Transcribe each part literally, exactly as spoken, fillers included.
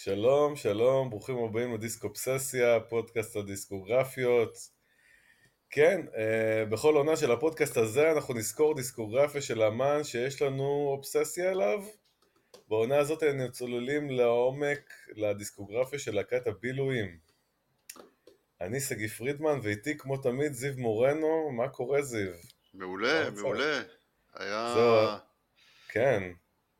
שלום, שלום, ברוכים הבאים לדיסקופססיה, פודקאסט הדיסקוגרפיות. כן, אה, בכל עונה של הפודקאסט הזה אנחנו נזכור דיסקוגרפיה של אמן שיש לנו אובססיה אליו. בעונה הזאת אנחנו צוללים לעומק לדיסקוגרפיה של להקת הבילויים. אני סגי פרידמן ואיתי כמו תמיד זיו מורנו. מה קורה זיו? מעולה, מעולה. זהו, היה... כן.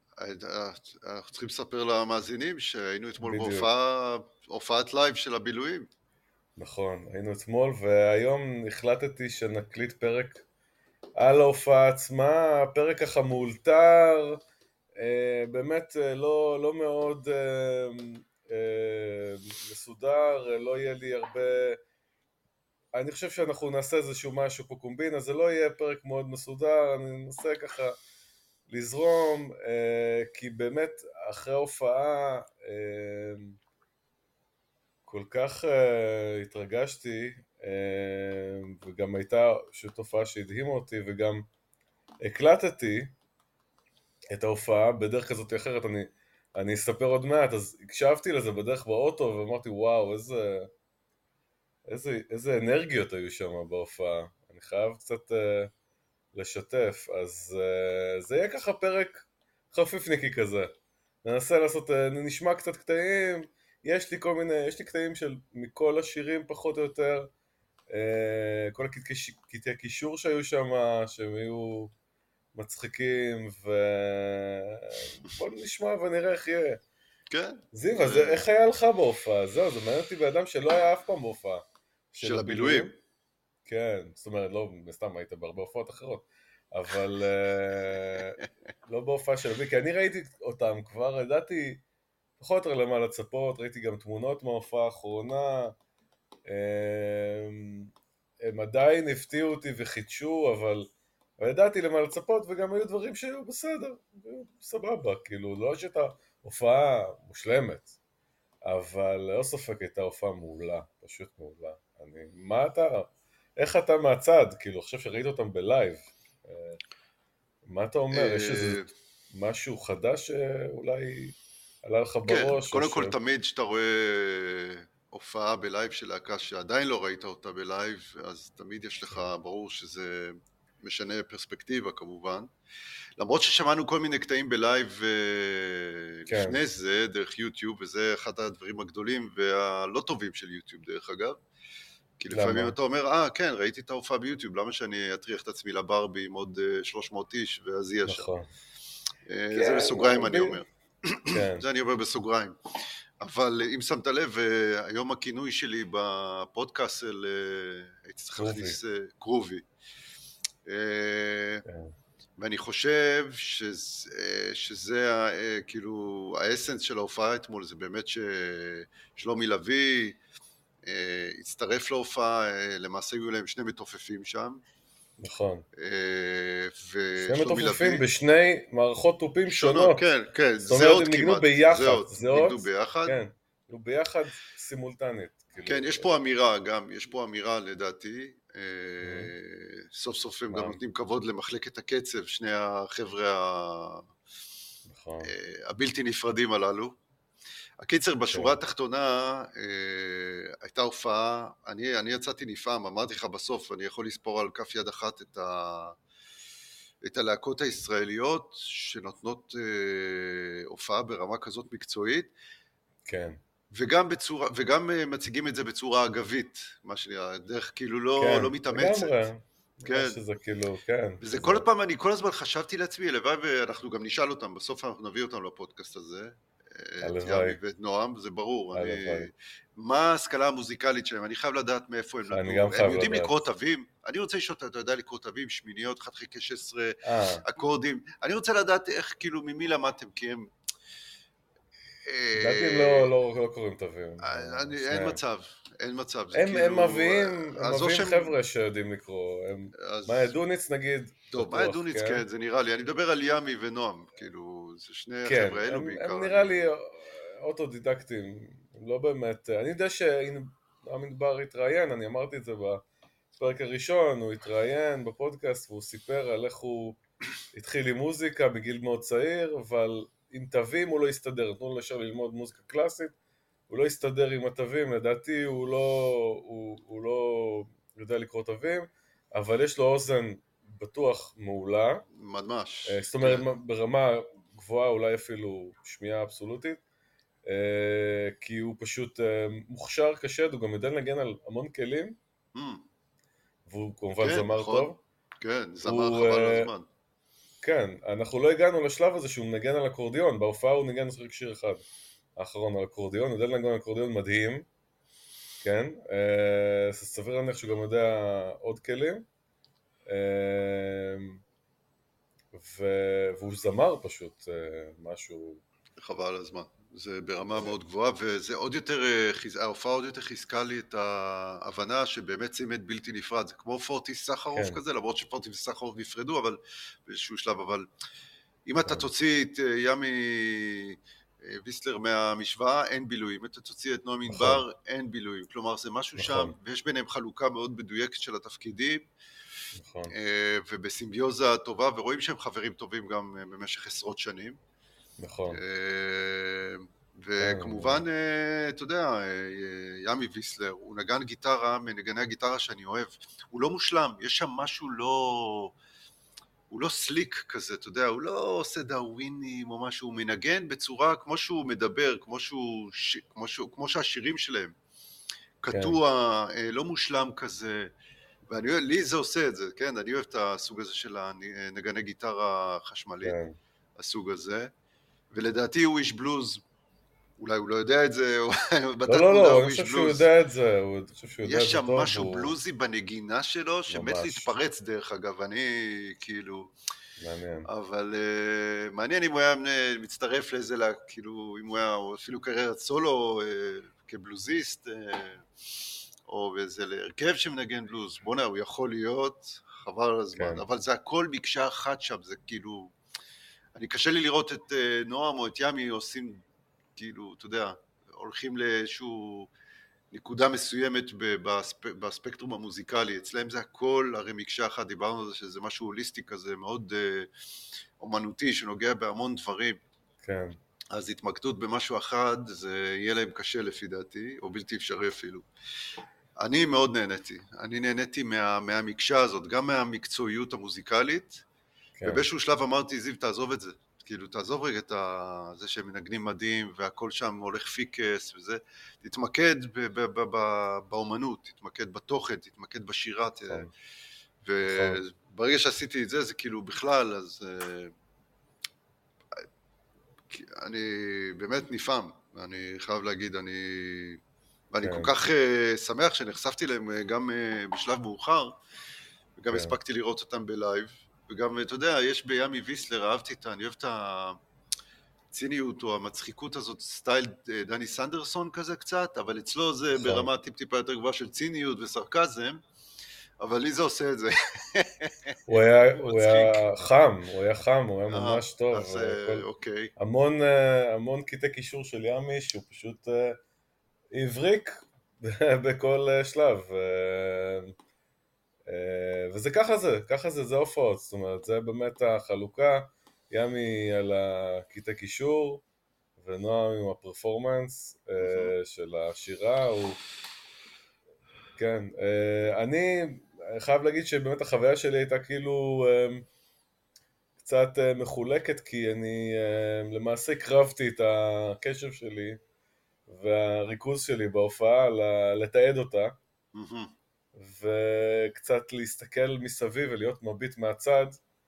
אנחנו צריכים לספר למאזינים שהיינו אתמול בדיוק. בהופעה, הופעת לייב של הבילויים. נכון, היינו אתמול והיום החלטתי שנקליט פרק על ההופעה עצמה, הפרק ככה מאולתר, אה, באמת אה, לא, לא מאוד אה, אה, מסודר, לא יהיה לי הרבה, אני חושב שאנחנו נעשה איזשהו משהו פה קומבינה, זה לא יהיה פרק מאוד מסודר, אני ננסה ככה לזרום, אה, כי באמת אחרי ההופעה אה, כל כך אה, התרגשתי, אה, וגם הייתה שותפה שהדהימה אותי, וגם הקלטתי את ההופעה בדרך כזאת או אחרת, אני, אני אספר עוד מעט, אז הקשבתי לזה בדרך באוטו ואמרתי וואו, איזה, איזה, איזה אנרגיות היו שם בהופעה, אני חייב קצת uh, לשתף, אז uh, זה יהיה ככה פרק חפיפניקי כזה, ננסה לעשות, uh, נשמע קצת קטעים, יש לי כל מיני, יש לי קטעים של מכל השירים פחות או יותר, uh, כל הקטעי קישור שהיו שם, שהם היו מצחיקים, ובוא נשמע ונראה איך יהיה. כן. זיו, אז איך היה לך בהופעה? זהו, זה מעניין אותי באדם שלא היה אף פעם בהופעה. של הבילויים? כן, זאת אומרת, לא, סתם היית בהרבה הופעות אחרות, אבל לא בהופעה של הבילויים, כי אני ראיתי אותם כבר, ידעתי פחות או יותר למה לצפות, ראיתי גם תמונות מההופעה האחרונה, הם עדיין הפתיעו אותי וחידשו, אבל ידעתי למה לצפות, וגם היו דברים שהיו בסדר, סבבה, כאילו, לא שהייתה הופעה מושלמת, אבל לא ספק הייתה הופעה מעולה, פשוט מעולה. אני, מה אתה, איך אתה מהצד, כאילו, עכשיו שראית אותם בלייב, מה אתה אומר, יש איזה משהו חדש שאולי עלה לך בראש? כן, קודם כל תמיד שאתה רואה הופעה בלייב של להקה שעדיין לא ראית אותה בלייב, אז תמיד יש לך ברור שזה משנה פרספקטיבה כמובן. למרות ששמענו כל מיני קטעים בלייב כן. לפני זה, דרך יוטיוב, וזה אחד הדברים הגדולים והלא טובים של יוטיוב דרך אגב. כי לפעמים למה? אתה אומר, אה כן, ראיתי את ההופעה ביוטיוב, למה שאני אטריח את עצמי לברבי עם עוד שלוש מאות איש ואז יהיה שם. נכון. זה כן, בסוגריים אני ב... אומר. כן. זה אני אומר בסוגריים. אבל אם שמת לב, היום הכינוי שלי בפודקאסט, הייתי צריך להכניס גרובי. כן. ואני חושב שזה, שזה כאילו האסנס של ההופעה אתמול, זה באמת ששלומי לוי הצטרף להופעה, למעשה היו להם שני מתופפים שם. נכון. שני מתופפים בשני מערכות תופים שונות. כן, כן, זאת אומרת, הם ניגנו ביחד. ניגנו ביחד. כן, ניגנו ביחד סימולטנית. כן, יש פה אמירה גם, יש פה אמירה לדעתי. סוף סוף הם גם נותנים כבוד למחלקת הקצב, שני החבר'ה הבלתי נפרדים הללו. הקיצר, בשורה התחתונה הייתה הופעה, אני, אני יצאתי נפעם, אמרתי לך בסוף, אני יכול לספור על כף יד אחת את, ה, את הלהקות הישראליות שנותנות הופעה ברמה כזאת מקצועית. כן. וגם בצורה, וגם מציגים את זה בצורה אגבית, מה שנראה, דרך כאילו לא, כן, לא מתאמצת. לגמרי. כן. שזה כאילו, כן. וזה כל פעם, אני כל הזמן חשבתי לעצמי, לבד, ואנחנו גם נשאל אותם, בסוף אנחנו נביא אותם לפודקאסט הזה, את ימי ואת נועם, זה ברור. אני, מה ההשכלה המוזיקלית שלהם? אני חייב לדעת מאיפה הם נתנו. הם יודעים לקרוא תווים? אני רוצה לשאול, אתה יודע לקרוא תווים, שמיניות, חד חלקי שש עשרה, אקורדים. אני רוצה לדעת איך, כאילו, ממי למדתם, כי הם... לדעתי לא קוראים תווים. אין מצב, אין מצב. הם מביאים חבר'ה שיודעים לקרוא. מאיה דוניץ נגיד. טוב, מאיה דוניץ כן, זה נראה לי. אני מדבר על ימי ונועם, כאילו, זה שני החבר'ה האלו בעיקר. הם נראה לי אוטודידקטים, לא באמת. אני יודע שהמדבר התראיין, אני אמרתי את זה בפרק הראשון, הוא התראיין בפודקאסט והוא סיפר על איך הוא התחיל עם מוזיקה בגיל מאוד צעיר, אבל עם תווים הוא לא יסתדר, נתנו לו לשם ללמוד מוזיקה קלאסית, הוא לא יסתדר עם התווים, לדעתי הוא לא, הוא, הוא לא יודע לקרוא תווים, אבל יש לו אוזן בטוח מעולה, ממש, אה, זאת אומרת כן. ברמה גבוהה, אולי אפילו שמיעה אבסולוטית, אה, כי הוא פשוט אה, מוכשר קשד, הוא גם יודע לנגן על המון כלים, Mm, והוא כמובן כן, זמר נכון. טוב. כן, זמר הוא, חבל על אה, הזמן. כן, אנחנו לא הגענו לשלב הזה שהוא מנגן על אקורדיון, בהופעה הוא ניגן רק שיר אחד האחרון על אקורדיון, הוא יודע לנגן על אקורדיון מדהים, כן, אה, סביר להניח שהוא גם יודע עוד כלים, אה, ו... והוא זמר פשוט, אה, משהו... חבל על הזמן. זה ברמה מאוד גבוהה, וזה עוד יותר, אה, חיז- ההופעה עוד יותר חיזקה לי את ההבנה שבאמת צמד בלתי נפרד. זה כמו פורטיס סחרוף כן, כזה, למרות שפורטיס וסחרוף נפרדו, אבל באיזשהו שלב, אבל אם אתה כן, תוציא את אה, ימי אה, ויסלר מהמשוואה, אין בילויים. אם אתה תוציא את נועם נכון, ענבר, אין בילויים. כלומר, זה משהו שם, נכון, ויש ביניהם חלוקה מאוד מדויקת של התפקידים, נכון, אה, ובסימביוזה טובה, ורואים שהם חברים טובים גם אה, במשך עשרות שנים. נכון, אה, כן, וכמובן, אה, אתה יודע, אה, ימי ויסלר, הוא נגן גיטרה מנגני הגיטרה שאני אוהב. הוא לא מושלם, יש שם משהו לא... הוא לא סליק כזה, אתה יודע, הוא לא עושה דאווינים או משהו, הוא מנגן בצורה כמו שהוא מדבר, כמו, שהוא, ש... כמו, שהוא... כמו שהשירים שלהם. כן, קטוע, אה, לא מושלם כזה, ואני אוהב, לי זה עושה את זה, כן? אני אוהב את הסוג הזה של הנגני גיטרה חשמלית, כן. הסוג הזה, ולדעתי הוא איש בלוז, אולי הוא לא יודע את זה, או לא, בתת לא, מודע לא, אני הוא איש חושב שהוא בלוז. יודע את זה, הוא- אני חושב שהוא יודע את יש זה שם טוב, משהו הוא בלוזי בנגינה שלו, שמת ממש להתפרץ דרך אגב, אני כאילו... מעניין. אבל uh, מעניין אם הוא היה מצטרף לאיזה, לה, כאילו, אם הוא היה, או אפילו קריירת סולו uh, כבלוזיסט, uh, או באיזה הרכב שמנגן בלוז, בוא'נה, הוא יכול להיות, חבל על הזמן, כן, אבל זה הכל מקשה אחת שם, זה כאילו, אני קשה לי לראות את uh, נועם או את ימי עושים, כאילו, אתה יודע, הולכים לאיזשהו נקודה מסוימת בספ... בספקטרום המוזיקלי, אצלהם זה הכל הרי מקשה אחת, דיברנו על זה שזה משהו הוליסטי כזה, מאוד uh, אומנותי שנוגע בהמון דברים, כן, אז התמקדות במשהו אחד זה יהיה להם קשה לפי דעתי, או בלתי אפשרי אפילו. אני מאוד נהניתי, אני נהניתי מה, מהמקשה הזאת, גם מהמקצועיות המוזיקלית, כן, ובאיזשהו שלב אמרתי, זיו תעזוב את זה, כאילו תעזוב רגע את ה... זה שהם מנגנים מדהים והכל שם הולך פיקס וזה, תתמקד ב- ב- ב- ב- באומנות, תתמקד בתוכן, תתמקד בשירה, ת- נכון, נכון, וברגע שעשיתי את זה, זה כאילו בכלל, אז אה, אני באמת נפעם, אני חייב להגיד, אני... ואני כל כן, כך uh, שמח שנחשפתי אליהם uh, גם uh, בשלב מאוחר, וגם כן, הספקתי לראות אותם בלייב, וגם, אתה יודע, יש בימי ויסלר, אהבתי את, אני אוהב את הציניות או המצחיקות הזאת, סטייל uh, דני סנדרסון כזה קצת, אבל אצלו זה נכון. ברמה טיפ-טיפה יותר גבוהה של ציניות וסרקזם, אבל לי זה עושה את זה, הוא היה, הוא הוא מצחיק. היה חם, הוא היה חם, הוא היה אה, ממש טוב, אז אה, uh, כל, אוקיי. המון, אה, המון קטעי קישור של ימי שהוא פשוט אה, הבריק בכל אה, שלב, אה, אה, וזה ככה זה, ככה זה, זה הופעות, זאת אומרת, זה באמת החלוקה, ימי על הקטעי קישור, ונועם עם הפרפורמנס מהמם. אה, של השירה, הוא, כן, אה, אני חייב להגיד שבאמת החוויה שלי הייתה כאילו אה, קצת אה, מחולקת, כי אני אה, למעשה הקרבתי את הקשב שלי והריכוז שלי בהופעה ל- לתעד אותה, מהמם. וקצת להסתכל מסביב ולהיות מביט מהצד,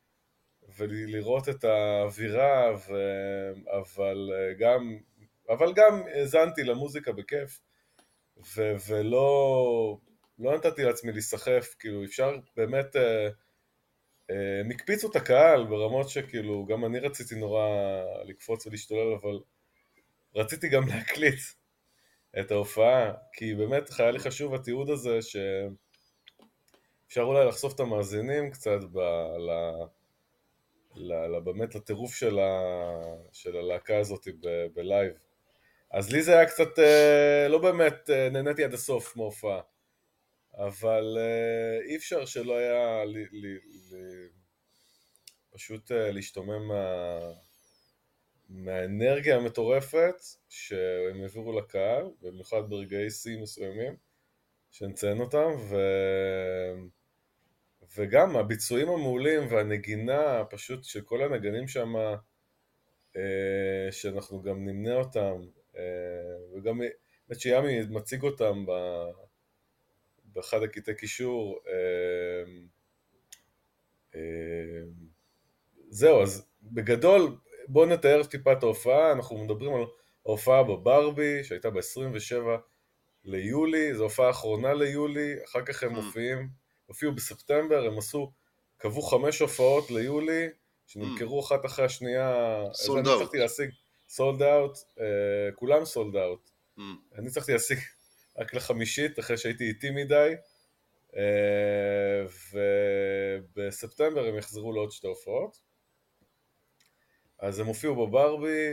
ולראות את האווירה, ו... אבל אה, גם, אבל גם האזנתי למוזיקה בכיף, ו- ולא לא נתתי לעצמי להיסחף, כאילו אפשר באמת, אה, אה, הם הקפיצו את הקהל ברמות שכאילו גם אני רציתי נורא לקפוץ ולהשתולל, אבל רציתי גם להקליט את ההופעה, כי באמת היה לי חשוב התיעוד הזה, שאפשר אולי לחשוף את המאזינים קצת ב... ל... ל... ל... באמת לטירוף של, ה... של הלהקה הזאת ב... בלייב. אז לי זה היה קצת, אה, לא באמת אה, נהניתי עד הסוף מההופעה. אבל uh, אי אפשר שלא היה לי, לי, לי, פשוט uh, להשתומם מה, מהאנרגיה המטורפת שהם העבירו לקהל, במיוחד ברגעי שיא מסוימים, שנציין אותם, ו... וגם הביצועים המעולים והנגינה פשוט של כל הנגנים שם, שאנחנו גם נמנה אותם, וגם באמת שיאמי מציג אותם באחד הקטעי קישור. זהו, אז בגדול בואו נתאר טיפה את ההופעה. אנחנו מדברים על ההופעה בברבי שהייתה ב-עשרים ושבעה ליולי, זו הופעה האחרונה ליולי, אחר כך הם מופיעים, הופיעו בספטמבר, הם עשו, קבעו חמש הופעות ליולי, שנמכרו אחת אחרי השנייה, אז אני צריכתי להשיג סולד אאוט, כולם סולד אאוט, אני צריכתי להשיג רק לחמישית, אחרי שהייתי איטי מדי, ובספטמטמבר הם יחזרו לעוד שתי הופעות, אז הם הופיעו בברבי,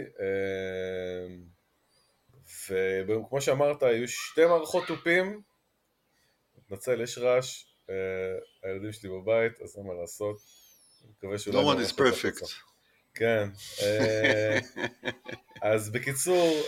וכמו שאמרת, היו שתי מערכות טופים, מתנצל, יש רעש, הילדים שלי בבית, אז אין מה לעשות, אני מקווה שאולי... No one is perfect. כן, אז בקיצור...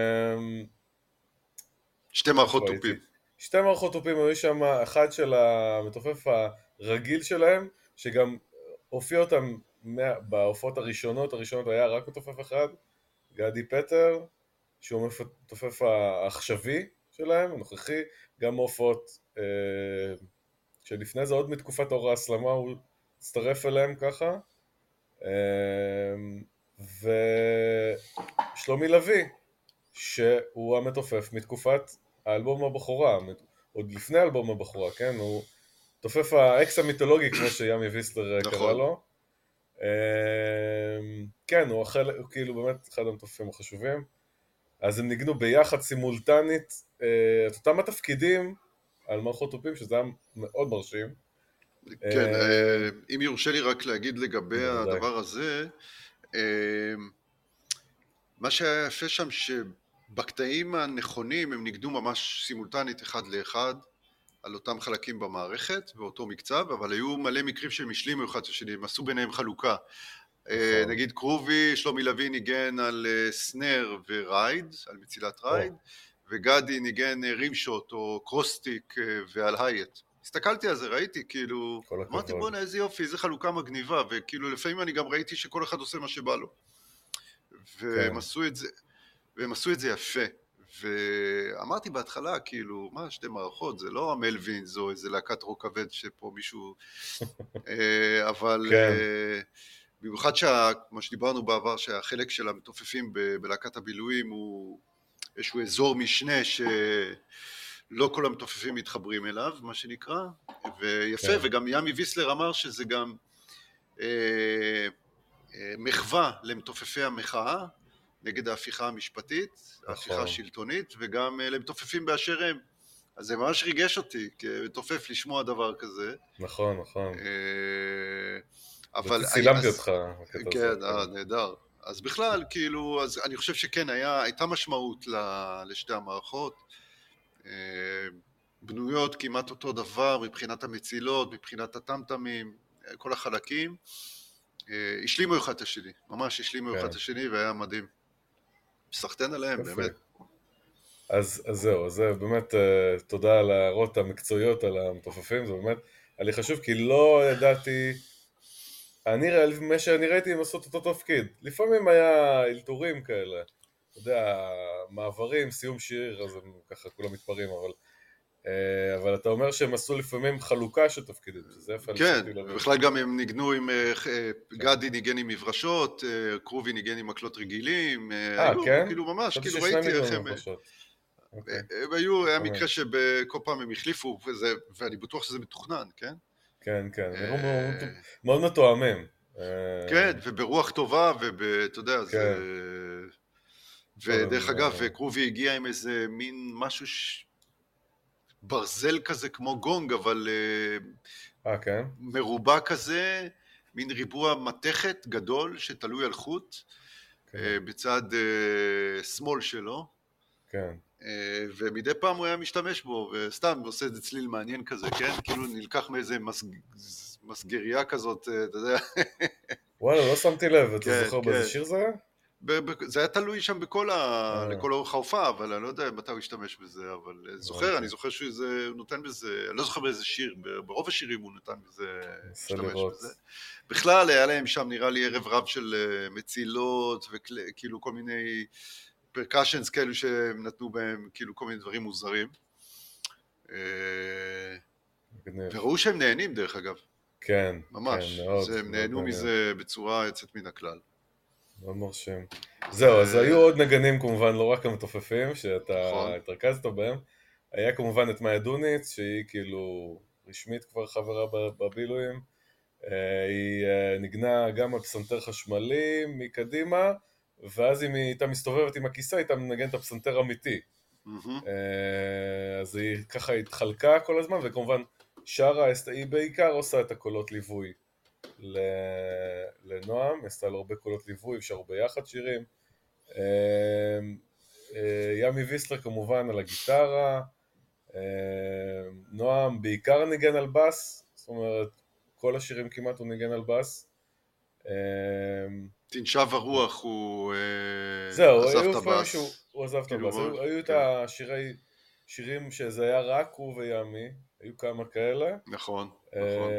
שתי מערכות טופים. שתי מערכות טופים, היו שם אחד של המתופף הרגיל שלהם, שגם הופיע אותם בהופעות הראשונות, הראשונות היה רק מתופף אחד, גדי פטר, שהוא מתופף העכשווי שלהם, הנוכחי, גם בהופעות אה, שלפני זה, עוד מתקופת אור ההסלמה, הוא הצטרף אליהם ככה, אה, ושלומי לוי, שהוא המתופף מתקופת האלבום הבכורה, עוד לפני האלבום הבכורה, כן? הוא תופף האקס המיתולוגי, כמו שיאמי ויסלר קרא לו. כן, הוא כאילו באמת אחד המתופפים החשובים. אז הם ניגנו ביחד סימולטנית את אותם התפקידים על מערכות טופים, שזה היה מאוד מרשים. כן, אם יורשה לי רק להגיד לגבי הדבר הזה, מה שהיה יפה שם שבקטעים הנכונים הם ניגנו ממש סימולטנית אחד לאחד על אותם חלקים במערכת באותו מקצב, אבל היו מלא מקרים שהם השלימו אחד השני, הם עשו ביניהם חלוקה. נגיד קרובי, שלומי לוי ניגן על סנר ורייד, על מצילת רייד, וגדי ניגן רימשוט או קרוסטיק ועל הייט. הסתכלתי על זה, ראיתי, כאילו, אמרתי בוא'נה איזה יופי, איזה חלוקה מגניבה, וכאילו לפעמים אני גם ראיתי שכל אחד עושה מה שבא לו. והם עשו את זה, והם עשו את זה יפה. ואמרתי בהתחלה, כאילו, מה, שתי מערכות, זה לא המלווינס או איזה להקת רוק כבד שפה מישהו, אבל במיוחד כמו שדיברנו בעבר, שהחלק של המתופפים בלהקת הבילויים הוא איזשהו אזור משנה שלא כל המתופפים מתחברים אליו, מה שנקרא, ויפה, וגם יאמי ויסלר אמר שזה גם מחווה למתופפי המחאה, נגד ההפיכה המשפטית, ההפיכה השלטונית, וגם למתופפים באשר הם. אז זה ממש ריגש אותי, כמתופף לשמוע דבר כזה. נכון, נכון. אבל... צילמתי אותך. כן, נהדר. אז בכלל, כאילו, אז אני חושב שכן, הייתה משמעות לשתי המערכות, בנויות כמעט אותו דבר, מבחינת המצילות, מבחינת הטמטמים, כל החלקים, השלימו אחד את השני, ממש השלימו אחד את השני, והיה מדהים. סחטן עליהם, באמת. אז זהו, אז באמת תודה על ההערות המקצועיות על המתופפים, זה באמת, היה לי חשוב, כי לא ידעתי, אני מה שאני ראיתי הם עשו את אותו תפקיד, לפעמים היה אלתורים כאלה, אתה יודע, מעברים, סיום שיר, אז הם ככה כולם מתפרים, אבל... אבל אתה אומר שהם עשו לפעמים חלוקה של תפקידים, שזה יפה. כן, ובכלל גם הם ניגנו עם, גדי ניגן עם מברשות, קרובי ניגן עם מקלות רגילים, אה, כן? כאילו ממש, כאילו ראיתי איך הם... הם היו, היה מקרה שבכל פעם הם החליפו, ואני בטוח שזה מתוכנן, כן? כן, כן, מאוד מתואמים. כן, וברוח טובה, ואתה יודע, זה... ודרך אגב, קרובי הגיע עם איזה מין משהו ש... ברזל כזה כמו גונג, אבל אה, כן? מרובע כזה, מין ריבוע מתכת גדול שתלוי על חוט, בצד שמאל שלו, כן. ומדי פעם הוא היה משתמש בו, וסתם עושה את זה צליל מעניין כזה, כן? כאילו נלקח מאיזה מסגריה כזאת, אתה יודע. וואלה, לא שמתי לב, אתה זוכר באיזה שיר זה היה? זה היה תלוי שם בכל ה... אה, לכל אורך ההופעה, אבל אני לא יודע מתי הוא השתמש בזה, אבל זוכר, הבנתי. אני זוכר שהוא נותן בזה, אני לא זוכר באיזה שיר, ברוב השירים הוא נתן בזה, נסה השתמש לראות. בזה. בכלל היה להם שם נראה לי ערב רב של מצילות, וכאילו כל מיני פרקשנס כאלו שהם נתנו בהם כאילו כל מיני דברים מוזרים. מגניב. וראו שהם נהנים דרך אגב. כן, כן, ממש, מאוד, זה, הם מאוד נהנו מעניין. מזה בצורה יוצאת מן הכלל. מאוד מרשים. זהו, אז היו זה עוד נגנים כמובן, לא רק המתופפים, שאתה נכון, התרכזת בהם. היה כמובן את מאיה דוניץ, שהיא כאילו רשמית כבר חברה בבילויים. אה, היא אה, נגנה גם על פסנתר חשמלי מקדימה, ואז אם היא הייתה מסתובבת עם הכיסא, הייתה מנגנת את הפסנתר אמיתי. mm-hmm. אה, אז היא ככה התחלקה כל הזמן, וכמובן שרה, היא בעיקר עושה את הקולות ליווי לנועם, היא עשתה לו הרבה קולות ליווי, שרו ביחד שירים. ימי ויסלר כמובן על הגיטרה, נועם בעיקר ניגן על בס, זאת אומרת כל השירים כמעט הוא ניגן על בס. תנשב הרוח הוא זהו, עזב היו את פעמים שהוא הבאס, עזב את כאילו הבאס, מה, היו, היו את כן, השירי, שירים שזה היה רק הוא וימי, היו כמה כאלה. נכון, נכון.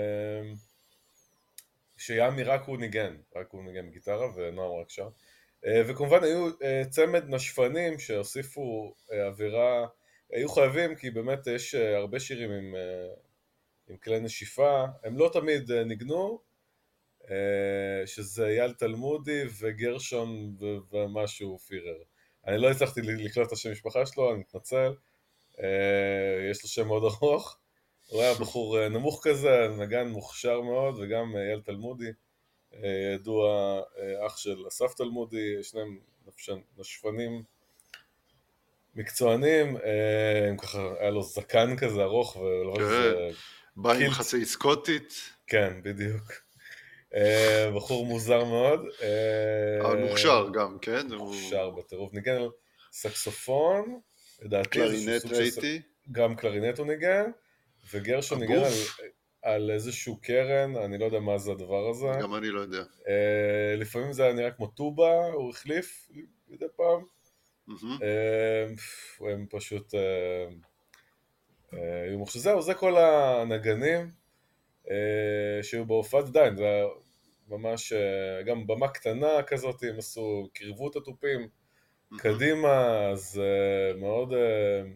שימי רק הוא ניגן, רק הוא ניגן גיטרה ונועם רק שר. וכמובן היו צמד נשפנים שהוסיפו אווירה, היו חייבים כי באמת יש הרבה שירים עם, עם כלי נשיפה, הם לא תמיד ניגנו, שזה אייל תלמודי וגרשון ומשהו פירר. אני לא הצלחתי לקלוט את השם משפחה שלו, אני מתנצל, יש לו שם מאוד ארוך, הוא היה בחור נמוך כזה, נגן מוכשר מאוד, וגם אייל תלמודי, ידוע אח של אסף תלמודי, שניהם נשפנים מקצוענים, הם ככה, היה לו זקן כזה ארוך ולבש כן, איזה בא עם קילט. חצאי סקוטית. כן, בדיוק. בחור מוזר מאוד. אבל מוכשר גם, כן? מוכשר הוא... בטירוף. ניגן על סקסופון, לדעתי איזשהו קלרינט סוג של... ראיתי. גם קלרינט הוא ניגן, וגרשון ניגן על... הבוף? על איזשהו קרן, אני לא יודע מה זה הדבר הזה. גם אני לא יודע. Uh, לפעמים זה היה נראה כמו טובה, הוא החליף מדי פעם. Mm-hmm. Uh, הם פשוט... Uh, uh, זהו, זה כל הנגנים uh, שהיו בהופעת דיין, זה היה ממש, uh, גם במה קטנה כזאת, הם עשו, קרבו את התופים Mm-hmm. קדימה, אז uh, מאוד uh,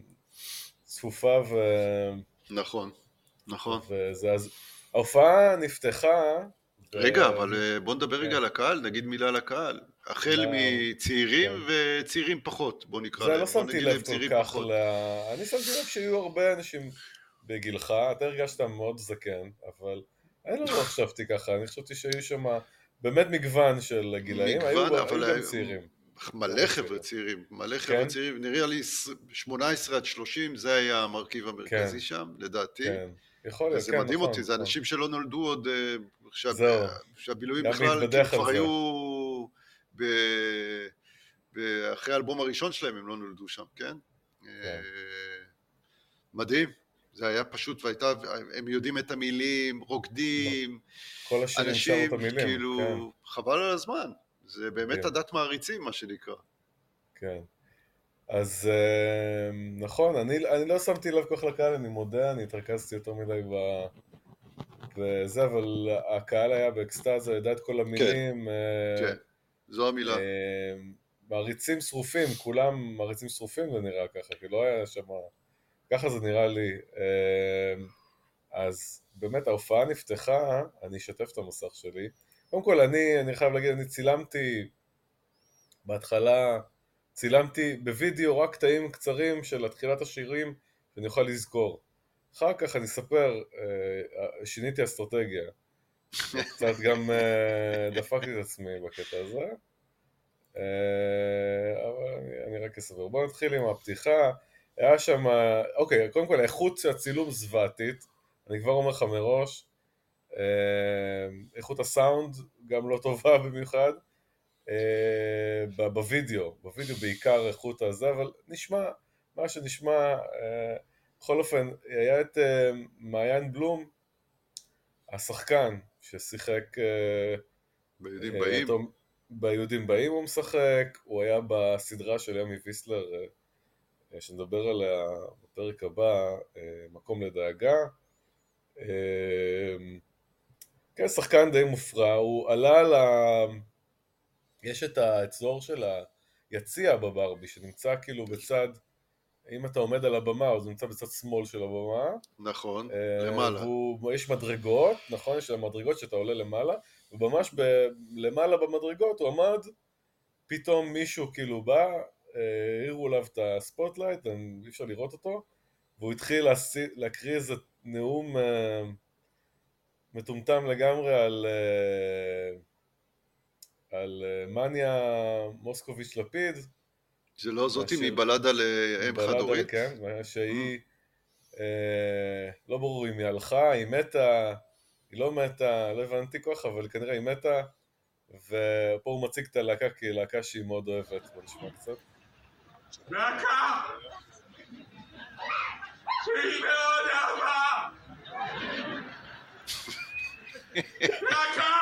צפופה ו... נכון, נכון. וזה, אז ההופעה נפתחה רגע, ו... אבל בוא נדבר רגע על הקהל, נגיד מילה על הקהל. החל מה... מצעירים כן. וצעירים פחות, בוא נקרא זה להם. לא בוא שמתי נגיד להם לב כל צעירים כך, פחות. ל... אני שמתי לב שיהיו הרבה אנשים בגילך, אתה הרגשת מאוד זקן, אבל אני לא חשבתי ככה, אני חשבתי שהיו שם באמת מגוון של גילאים, מגוון, היו, היו אבל גם צעירים. מלא חבר'ה צעירים, מלא חבר'ה כן? צעירים, נראה לי שמונה עשרה עד שלושים, זה היה המרכיב כן, המרכזי שם, לדעתי. כן. יכול להיות, וזה כן, מדהים נכון, אותי, זה נכון. אנשים שלא נולדו עוד, שה- זהו, שהבילויים גם בכלל, כאילו להתבדח על כבר זה. היו, ב... ב- אחרי האלבום הראשון שלהם הם לא נולדו שם, כן? כן. מדהים, זה היה פשוט, והייתה, הם יודעים את המילים, רוקדים, כל השירים שרו את אנשים, המילים, כן, כאילו, חבל על הזמן, זה באמת מדהים, עדת מעריצים, מה שנקרא. כן. אז אה, נכון, אני, אני לא שמתי לב כל כך לקהל, אני מודה, אני התרכזתי יותר מדי ב... וזה, אבל הקהל היה באקסטאזה, ידע את כל כן, המילים, אה, כן, זו המילה. אה, מעריצים שרופים, כולם מעריצים שרופים זה נראה ככה, כי לא היה שם, ככה זה נראה לי. אה, אז באמת ההופעה נפתחה, אני אשתף את המסך שלי. קודם כל אני, אני חייב להגיד, אני צילמתי בהתחלה, צילמתי בווידאו רק קטעים קצרים של תחילת השירים שאני אוכל לזכור. אחר כך אני אספר, אה, שיניתי אסטרטגיה. קצת גם uh, דפקתי את עצמי בקטע הזה, uh, אבל אני, אני רק אסבר. בואו נתחיל עם הפתיחה. היה שם, אוקיי, קודם כל האיכות של הצילום זוועתית, אני כבר אומר לך מראש, uh, איכות הסאונד גם לא טובה במיוחד, uh, בווידאו, בווידאו בעיקר איכות הזה, אבל נשמע, מה שנשמע, uh, בכל אופן, היה את uh, מעיין בלום, השחקן ששיחק ביהודים באים? ביהודים באים הוא משחק, הוא היה בסדרה של ימי ויסלר, שנדבר עליה בפרק הבא, מקום לדאגה. כן, שחקן די מופרע, הוא עלה ל... יש את האצלור של היציע בברבי, שנמצא כאילו בצד, אם אתה עומד על הבמה, אז הוא נמצא בצד שמאל של הבמה. נכון, למעלה. יש מדרגות, נכון, יש מדרגות שאתה עולה למעלה, וממש ב... למעלה במדרגות הוא עמד, פתאום מישהו כאילו בא, העירו עליו את הספוטלייט, אי אפשר לראות אותו, והוא התחיל להסי... להקריא איזה נאום מטומטם לגמרי על... על מניה מוסקוביץ' לפיד. זה לא זאתי מבלדה לאם חד הורית? כן, שהיא, אה, לא ברור אם היא הלכה, היא מתה, היא לא מתה, לא הבנתי כוח, אבל כנראה היא מתה, ופה הוא מציג את הלהקה כי היא להקה שהיא מאוד אוהבת, בוא נשמע קצת. להקה! שהיא מאוד אהבה! להקה!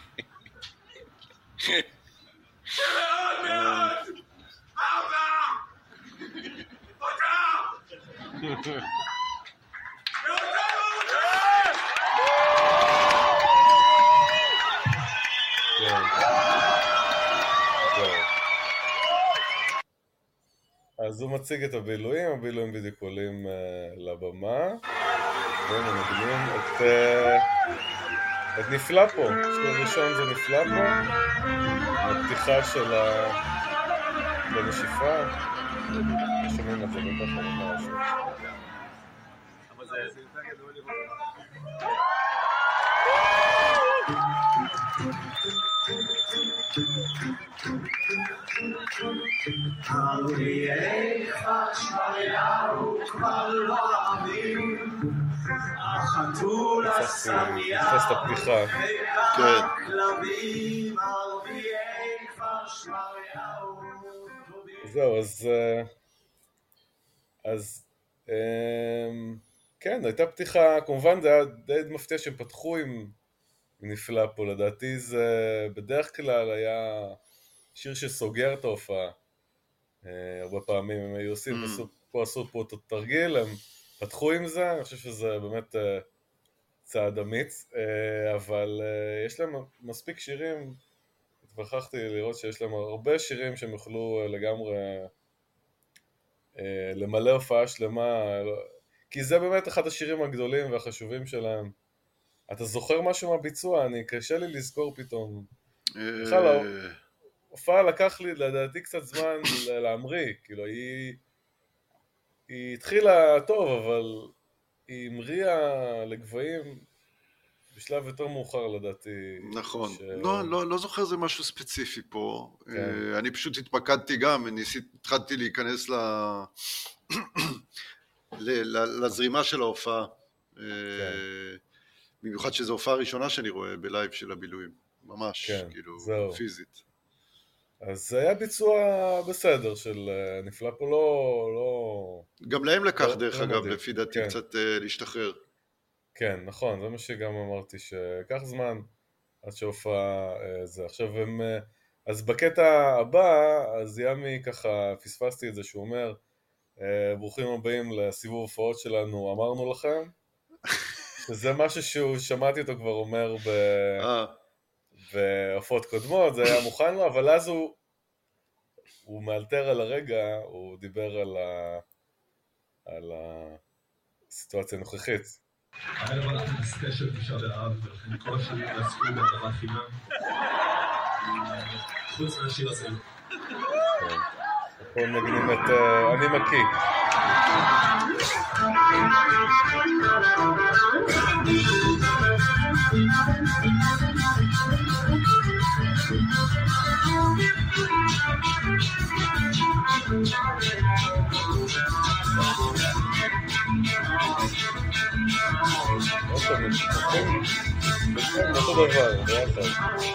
שמאוד מאוד אהבה! אותה! ואותה ואותה! אז הוא מציג את הבילויים, הבילויים בדיוק עולים לבמה, ומנגנים את... את נפלא פה, שיר ראשון זה נפלא פה, הפתיחה של הנשיפה, שומעים את זה בטח על משהו. אבל זה יותר גדול לראות. ערביי כפר שמריהו כבר לא עמים, החתול הסמיה וכלבים, ערביי כפר שמריהו. זהו, אז אז כן, הייתה פתיחה, כמובן זה היה די מפתיע שהם פתחו עם נפלא פה, לדעתי זה בדרך כלל היה שיר שסוגר את ההופעה, הרבה פעמים הם היו עושים, פה עשו פה את התרגיל, הם פתחו עם זה, אני חושב שזה באמת צעד אמיץ, אבל יש להם מספיק שירים, התווכחתי לראות שיש להם הרבה שירים שהם יוכלו לגמרי למלא הופעה שלמה, כי זה באמת אחד השירים הגדולים והחשובים שלהם. אתה זוכר משהו מהביצוע? אני קשה לי לזכור פתאום. בכלל, ההופעה לקח לי לדעתי קצת זמן להמריא, כאילו היא היא התחילה טוב, אבל היא המריאה לגבהים בשלב יותר מאוחר לדעתי. נכון, לא, לא, לא זוכר זה משהו ספציפי פה, אני פשוט התמקדתי גם, התחלתי להיכנס לזרימה של ההופעה, במיוחד שזו הופעה הראשונה שאני רואה בלייב של הבילויים, ממש, כאילו, פיזית. אז זה היה ביצוע בסדר של נפלא פה, לא... גם להם לקח דרך אגב, לפי דעתי קצת להשתחרר. כן, נכון, זה מה שגם אמרתי, שיקח זמן עד שהופעה זה. עכשיו הם... אז בקטע הבא, אז ימי ככה, פספסתי את זה שהוא אומר, ברוכים הבאים לסיבוב הופעות שלנו, אמרנו לכם, שזה משהו שהוא, שמעתי אותו כבר אומר ב... והופעות קודמות, זה היה מוכן לו, אבל אז הוא, הוא מאלתר על הרגע, הוא דיבר על, ה, על הסיטואציה הנוכחית. היה לבוא לכם ספיישל תשעה באב, ולכן כל השנים נעסקו בהדרת חינם, חוץ מהשיר הזה. פה נגנים את אני מקיא. אותו דבר, ביחד.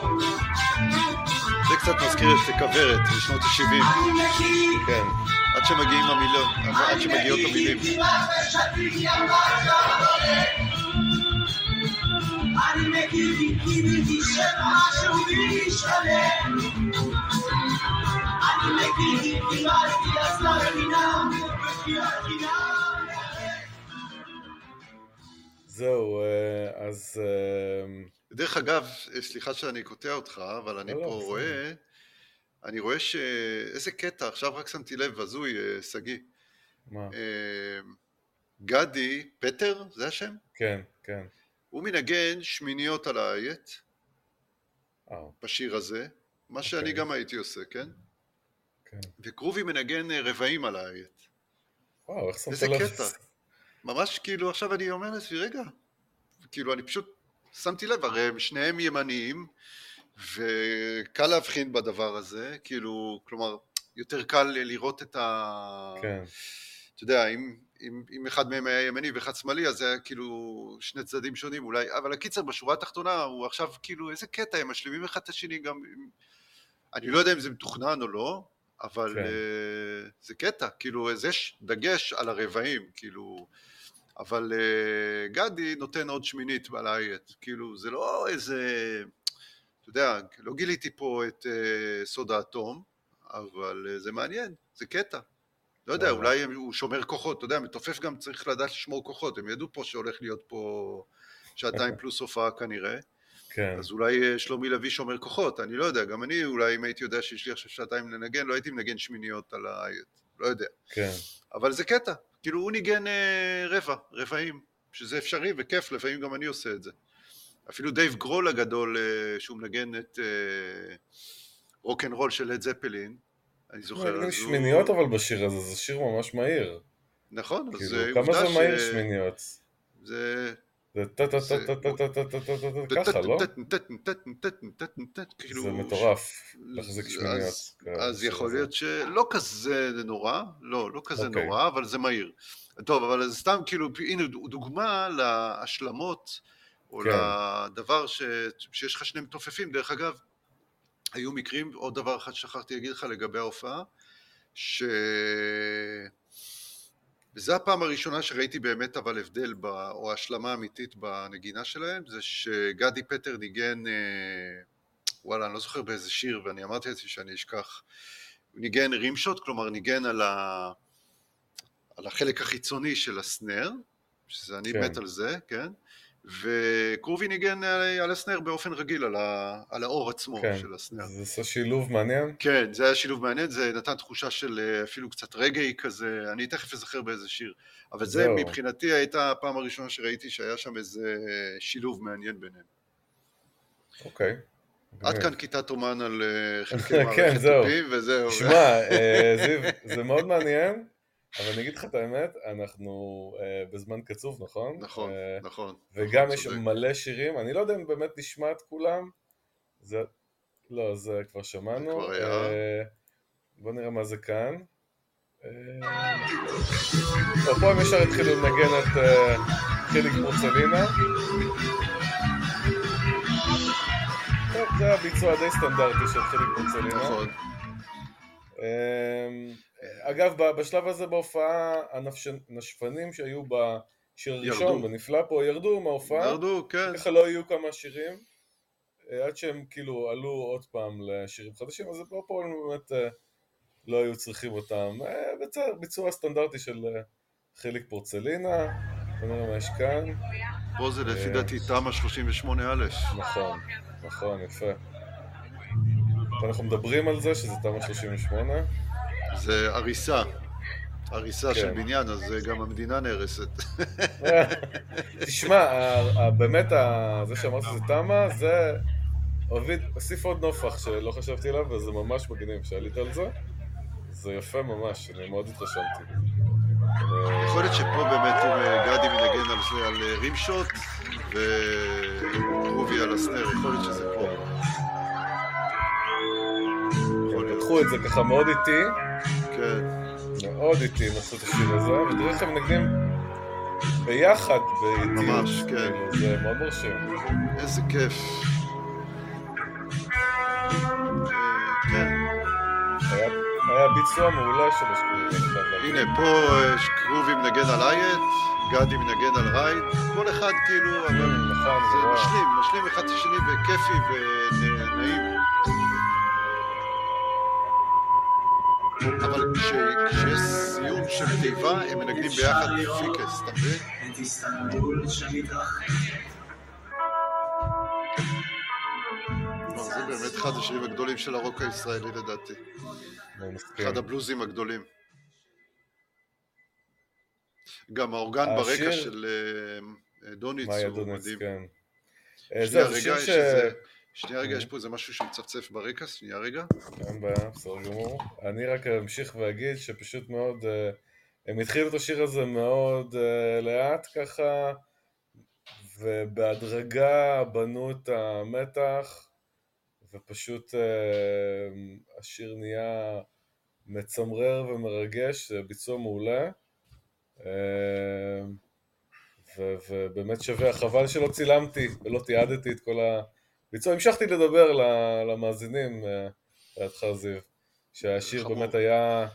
זה קצת מזכיר את כוורת בשנות ה-שבעים. כן. עד שמגיעים המילים, עד שמגיעות המילים. אני מכיר כי קיבלתי שמשהו משתלם אני מכיר כי קיבלתי אסלה חינם וקריאת חינם זהו, אז... דרך אגב, סליחה שאני קוטע אותך, אבל אני פה רואה, אני רואה ש... איזה קטע, עכשיו רק שמתי לב, הזוי, סגי. מה? גדי, פטר, זה השם? כן, כן. הוא מנגן שמיניות על האיית, בשיר הזה, מה שאני גם הייתי עושה, כן? כן. וקרובי מנגן רבעים על האיית. וואו, איך שמת איזה לב? קטע. ממש כאילו, עכשיו אני אומר לעצמי, רגע, כאילו אני פשוט שמתי לב, הרי שניהם ימניים, וקל להבחין בדבר הזה, כאילו, כלומר, יותר קל לראות את ה... כן. אתה יודע, אם, אם, אם אחד מהם היה ימני ואחד שמאלי, אז זה היה כאילו שני צדדים שונים אולי, אבל הקיצר בשורה התחתונה הוא עכשיו כאילו, איזה קטע, הם משלימים אחד את השני גם, אני לא יודע אם זה מתוכנן או לא, אבל כן. uh, זה קטע, כאילו, אז יש דגש על הרבעים, כאילו, אבל uh, גדי נותן עוד שמינית בלהיית, כאילו, זה לא איזה, אתה יודע, לא גיליתי פה את uh, סוד האטום, אבל uh, זה מעניין, זה קטע. לא יודע, אולי הוא שומר כוחות, אתה יודע, מתופף גם צריך לדעת לשמור כוחות, הם ידעו פה שהולך להיות פה שעתיים פלוס הופעה כנראה, אז אולי שלומי לוי שומר כוחות, אני לא יודע, גם אני אולי אם הייתי יודע שיש לי עכשיו שעתיים לנגן, לא הייתי מנגן שמיניות על האיית, לא יודע, אבל זה קטע, כאילו הוא ניגן רבע, רבעים, שזה אפשרי וכיף, לפעמים גם אני עושה את זה, אפילו דייב גרול הגדול, שהוא מנגן את רוק'נ'רול של לד זפלין, אני זוכר, יש שמיניות אבל בשיר הזה, זה שיר ממש מהיר. נכון, אז זה עובדה ש... כמה זה מהיר שמיניות? זה... זה ככה, לא? זה מטורף, להחזיק שמיניות. אז יכול להיות שלא כזה נורא, לא, לא כזה נורא, אבל זה מהיר. טוב, אבל זה סתם כאילו, הנה דוגמה להשלמות, או לדבר שיש לך שני מתופפים, דרך אגב, היו מקרים, עוד דבר אחד ששכחתי להגיד לך לגבי ההופעה, ש... וזו הפעם הראשונה שראיתי באמת אבל הבדל, ב... או השלמה אמיתית בנגינה שלהם, זה שגדי פטר ניגן, וואלה, אני לא זוכר באיזה שיר, ואני אמרתי לעצמי שאני אשכח, הוא ניגן רימשוט, כלומר ניגן על, ה... על החלק החיצוני של הסנר, שזה אני כן. מת על זה, כן? וקרובי ניגן על הסנר באופן רגיל, על, ה, על האור עצמו כן, של הסנר. זה שילוב מעניין? כן, זה היה שילוב מעניין, זה נתן תחושה של אפילו קצת רגעי כזה, אני תכף אזכר באיזה שיר, אבל זה זהו. מבחינתי הייתה הפעם הראשונה שראיתי שהיה שם איזה שילוב מעניין ביניהם. אוקיי. עד כאן כיתת אומן על חלקי מערכת טופים וזהו. שמע, זיו, זה מאוד מעניין. אבל אני אגיד לך את האמת, אנחנו uh, בזמן קצוב, נכון? נכון, uh, נכון. וגם נכון, יש צודק. מלא שירים, אני לא יודע אם באמת נשמע את כולם, זה, לא, זה כבר שמענו. זה כבר היה. Uh, בוא נראה מה זה כאן. Uh, פה הם ישר התחילו לנגן את uh, חיליק פורצלינה. טוב, זה הביצוע די סטנדרטי של חיליק פורצלינה. נכון. Uh, אגב, בשלב הזה בהופעה, הנשפנים שהיו בשיר הראשון, בנפלא פה, ירדו מההופעה. ירדו, כן. ככה לא יהיו כמה שירים, עד שהם כאילו עלו עוד פעם לשירים חדשים, אז פה פה באמת לא היו צריכים אותם. ביצוע סטנדרטי של חיליק פורצלינה, בוא נראה מה יש כאן. פה זה לפי דעתי תמ"א שלושים ושמונה א'. נכון, נכון, יפה. אנחנו מדברים על זה שזה תמ"א שלושים ושמונה. זה הריסה, הריסה של בניין, אז גם המדינה נהרסת. תשמע, באמת זה שאמרת שזה תמה, זה הוסיף עוד נופח שלא חשבתי עליו, וזה ממש מגניב שעלית על זה. זה יפה ממש, אני מאוד התרשמתי. יכול להיות שפה באמת גדי מנגן על זה, על רימשוט, וקרובי על הסנר, יכול להיות שזה פה. פתחו את זה ככה מאוד איטי. כן. מאוד איטי מצאו את השיר הזה, ותראה איך הם מנגנים ביחד באיטיות. ממש, כן. זה מאוד מרשים. איזה כיף. כן. היה ביצוע מעולה של השקורים. הנה, פה קרובי מנגן על אייט, גדי מנגן על רייד, כל אחד כאילו, אבל נכון, זה זה משלים, משלים אחד את השני וכיפי ונעים. אבל כשיש סיום של תיבה, הם מנגנים ביחד פיקס, אתה מבין? את איסטנבול שמתרחק. זה באמת אחד השירים הגדולים של הרוק הישראלי לדעתי. אחד הבלוזים הגדולים. גם האורגן ברקע של דוניץ הוא מדהים. שנייה רגע, יש איזה... שנייה רגע, יש פה איזה משהו שמצפצף ברקע, שנייה רגע. אין בעיה, בסדר גמור. אני רק אמשיך ואגיד שפשוט מאוד, הם התחילו את השיר הזה מאוד לאט ככה, ובהדרגה בנו את המתח, ופשוט השיר נהיה מצמרר ומרגש, זה ביצוע מעולה. ובאמת שווה, חבל שלא צילמתי ולא תיעדתי את כל הביצוע. המשכתי לדבר למאזינים לידך זיו, שהשיר באמת היה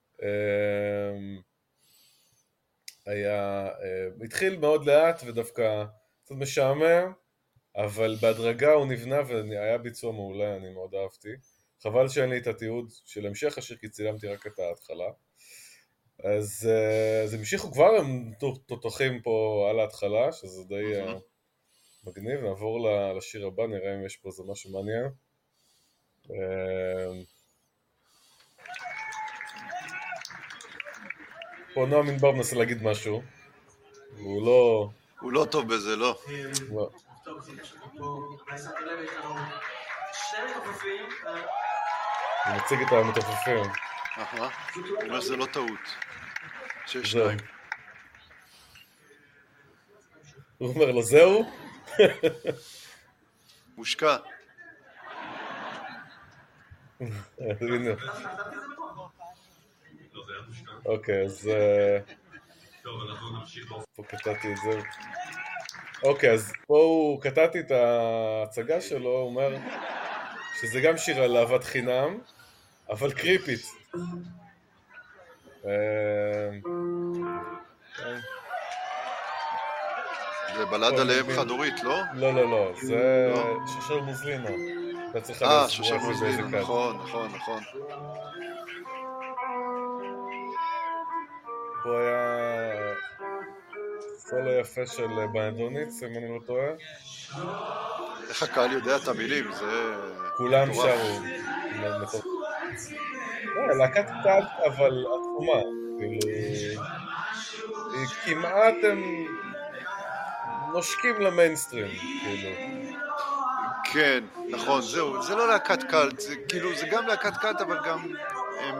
היה התחיל מאוד לאט ודווקא קצת משעמם, אבל בהדרגה הוא נבנה והיה ביצוע מעולה, אני מאוד אהבתי. חבל שאין לי את התיעוד של המשך השיר, כי צילמתי רק את ההתחלה. אז הם המשיכו כבר, הם תותחים פה על ההתחלה, שזה די מגניב. נעבור לשיר הבא, נראה אם יש פה איזה משהו מעניין. פה נועם מנבר מנסה להגיד משהו, הוא לא... הוא לא טוב בזה, לא. לא. הוא מציג את המתופפים. אהה, הוא אומר שזה לא טעות. שיש שניים. הוא אומר לו, זהו? מושקע. הנה. אוקיי, אז... טוב, אנחנו נמשיך. פה קטעתי את זה. אוקיי, אז פה הוא קטעתי את ההצגה שלו, הוא אומר שזה גם שיר על אהבת חינם, אבל קריפית. זה בלד עליהם חד-הורית, לא? לא, לא, לא, זה שושר מוזלינה. אה, שושר מוזלינה, נכון, נכון, נכון. פה היה סולו יפה של בנדוניץ, אם אני לא טועה. איך הקהל יודע את המילים, זה... כולם שרו. לא, להקת קצת, אבל התחומה. כמעט הם נושקים למיינסטרים, כאילו. כן, נכון, זהו, זה לא להקת קלט, זה כאילו, זה גם להקת קלט, אבל גם הם...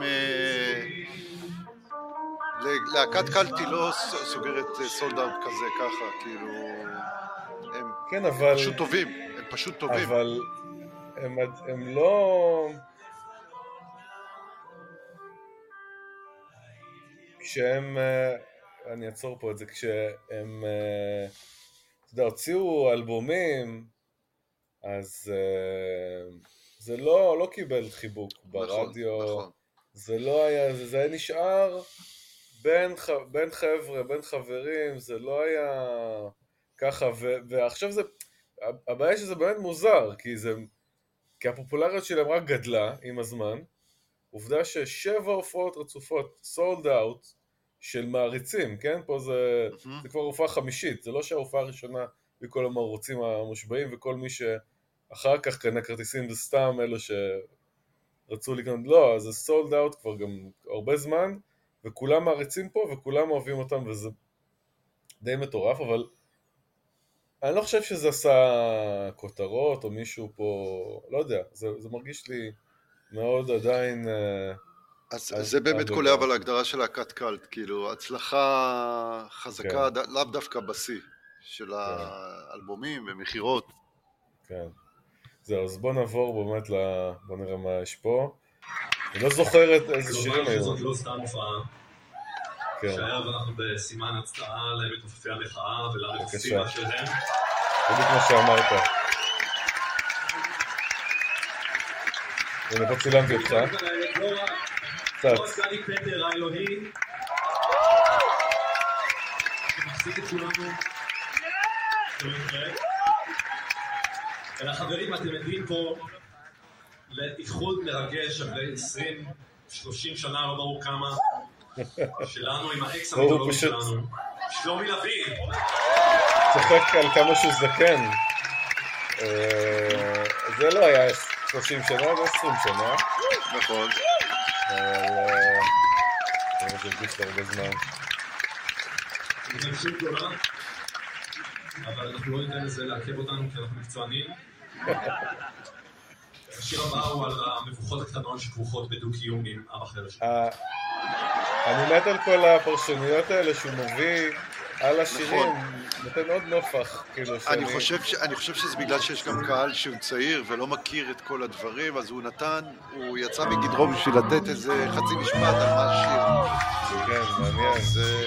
להקת קלט היא לא סוגרת סולד אאוט כזה, ככה, כאילו... הם כן, אבל... פשוט טובים, הם פשוט טובים. אבל הם, הם לא... כשהם... אני אעצור פה את זה, כשהם... אתה יודע, הוציאו אלבומים, אז זה לא, לא קיבל חיבוק ברדיו. נכון, נכון. זה לא היה... זה, זה היה נשאר בין, ח, בין חבר'ה, בין חברים, זה לא היה ככה, ו, ועכשיו זה... הבעיה שזה באמת מוזר, כי זה... כי הפופולריות שלהם רק גדלה עם הזמן. עובדה ששבע הופעות רצופות, סולד אאוט, של מעריצים, כן? פה זה, mm-hmm. זה כבר הופעה חמישית, זה לא שההופעה הראשונה בכל המערוצים המושבעים, וכל מי שאחר כך קנה כרטיסים זה סתם אלו שרצו לקנות, לא, אז זה סולד אאוט כבר גם הרבה זמן, וכולם מעריצים פה, וכולם אוהבים אותם, וזה די מטורף, אבל אני לא חושב שזה עשה כותרות, או מישהו פה, לא יודע, זה, זה מרגיש לי מאוד עדיין... אז זה באמת קולע על ההגדרה של להקת קלט, כאילו, הצלחה חזקה, לאו דווקא בשיא של האלבומים ומחירות. כן. זהו, אז בוא נעבור באמת, בוא נראה מה יש פה. אני לא זוכר איזה שירים היום. זאת לא סתם הופעה. שהערב אנחנו בסימן הצטעה למתופפי המחאה ולמתופפים שלהם. בדיוק מה שאמרת. הנה, פה צילמתי אותך. קצת. עוד גדי פטר האלוהי. להפסיק את כולנו. חברים, אתם מגיעים פה לאיחוד מרגש של עשרים שלושים שנה, לא ברור כמה, שלנו עם האקס המיתולוגי שלנו, שלומי לוי. צוחק על כמה שהוא זקן. זה לא היה שלושים שנה, זה עשרים שנה. נכון. אבל זה הרגיש להרבה זמן. זה נפשים גדולה, אבל אנחנו לא ניתן לזה לעכב אותנו כי אנחנו מקצוענים. השיר הבא הוא על המבוכות הקטנות שכרוכות בדו-קיום עם אבא אחר שלי. אני מת על כל הפרשנויות האלה שהוא מביא על השירים, נותן עוד נופח. אני חושב שזה בגלל שיש גם קהל שהוא צעיר ולא מכיר את כל הדברים, אז הוא נתן, הוא יצא מגדרו בשביל לתת איזה חצי משפט על מה השיר. כן, מעניין.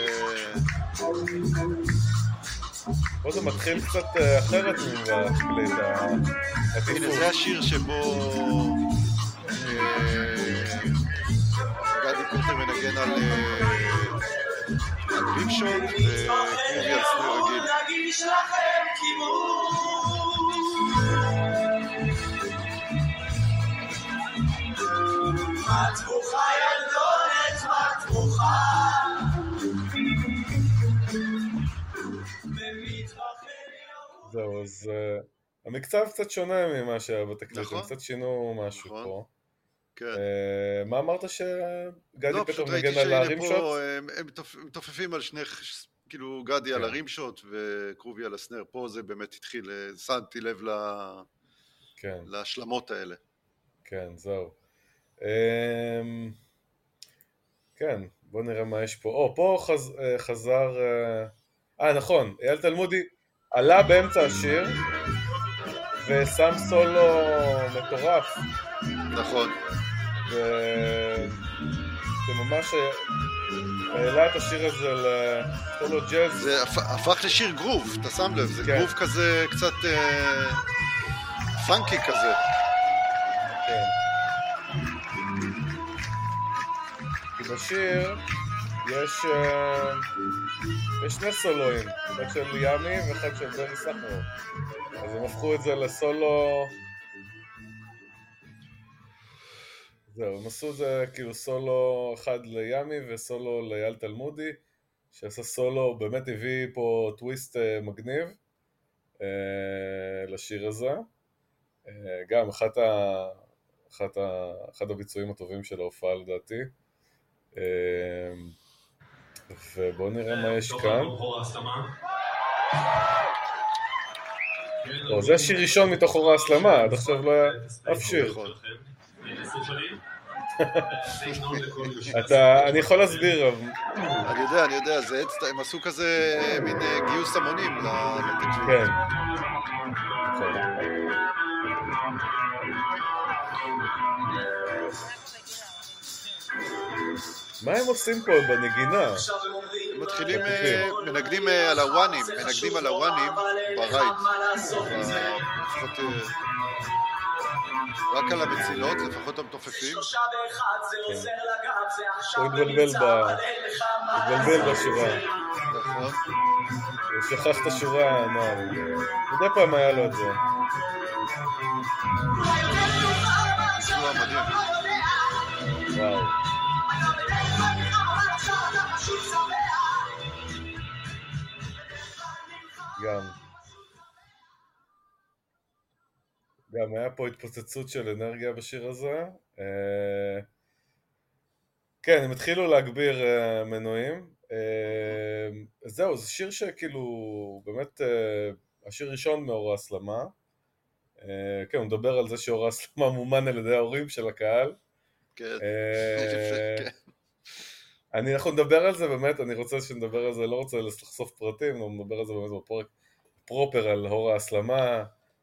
פה זה מתחיל קצת אחרת מבקלט. הנה, זה השיר שבו גדי פוטר מנגן על רימשוט וקרובי על סנר רגיל. נגיש לכם כיוון, מטבוחה ילדונת מטבוחה, זהו, אז המקצב קצת שונה ממה שהיה בתקליט, נכון. הם קצת שינו משהו נכון. פה. כן. Uh, מה אמרת שגדי לא, פטר פשוט מגן על הרימשוט? הם, הם מתופפים על שני, כאילו גדי כן. על הרימשוט וקרובי על הסנר, פה זה באמת התחיל, שמתי לב ל... כן. להשלמות האלה. כן, זהו. Um, כן, בוא נראה מה יש פה. או, פה חז, uh, חזר... אה, uh, נכון, אייל תלמודי עלה באמצע השיר ושם סולו מטורף. נכון. וזה ממש העלה את השיר הזה לסולו ג'אז. זה הפך לשיר גרוב, אתה שם לב, זה כן. גרוב כזה קצת אה, פאנקי כזה. כן. כי בשיר יש, אה, יש שני סולואים, אחד של ימי ואחד של ברי סחרוף. אז הם הפכו את זה לסולו... זהו, הם עשו את זה כאילו סולו אחד לימי וסולו לאייל תלמודי, שעשה סולו, באמת הביא פה טוויסט מגניב אה, לשיר הזה. אה, גם אחת ה, אחת ה, אחד הביצועים הטובים של ההופעה לדעתי. אה, ובואו נראה מה יש כאן. או, זה שיר ראשון מתוך הוראה הסלמה, עד עכשיו לא היה אף שיר. אתה, אני יכול להסביר. אני יודע, אני יודע, זה, הם עשו כזה מין גיוס המונים לתקליט. כן. מה הם עושים פה בנגינה? הם מתחילים, מנגנים על הוואנים, מנגנים על הוואנים ברייט. רק על המצילות, לפחות המתופפים. הוא התבלבל בשורה. נכון. הוא שכח את השורה, מדי פעם היה לו את זה. שורה מדהים. וואו. גם. גם היה פה התפוצצות של אנרגיה בשיר הזה. כן, הם התחילו להגביר מנועים. זהו, זה שיר שכאילו, באמת, השיר ראשון מאור ההסלמה. כן, הוא מדבר על זה שאור ההסלמה מומן על ידי ההורים של הקהל. כן. אני, אנחנו נדבר על זה באמת, אני רוצה שנדבר על זה, לא רוצה לחשוף פרטים, אבל נדבר על זה באמת בפרק פרופר על אור ההסלמה.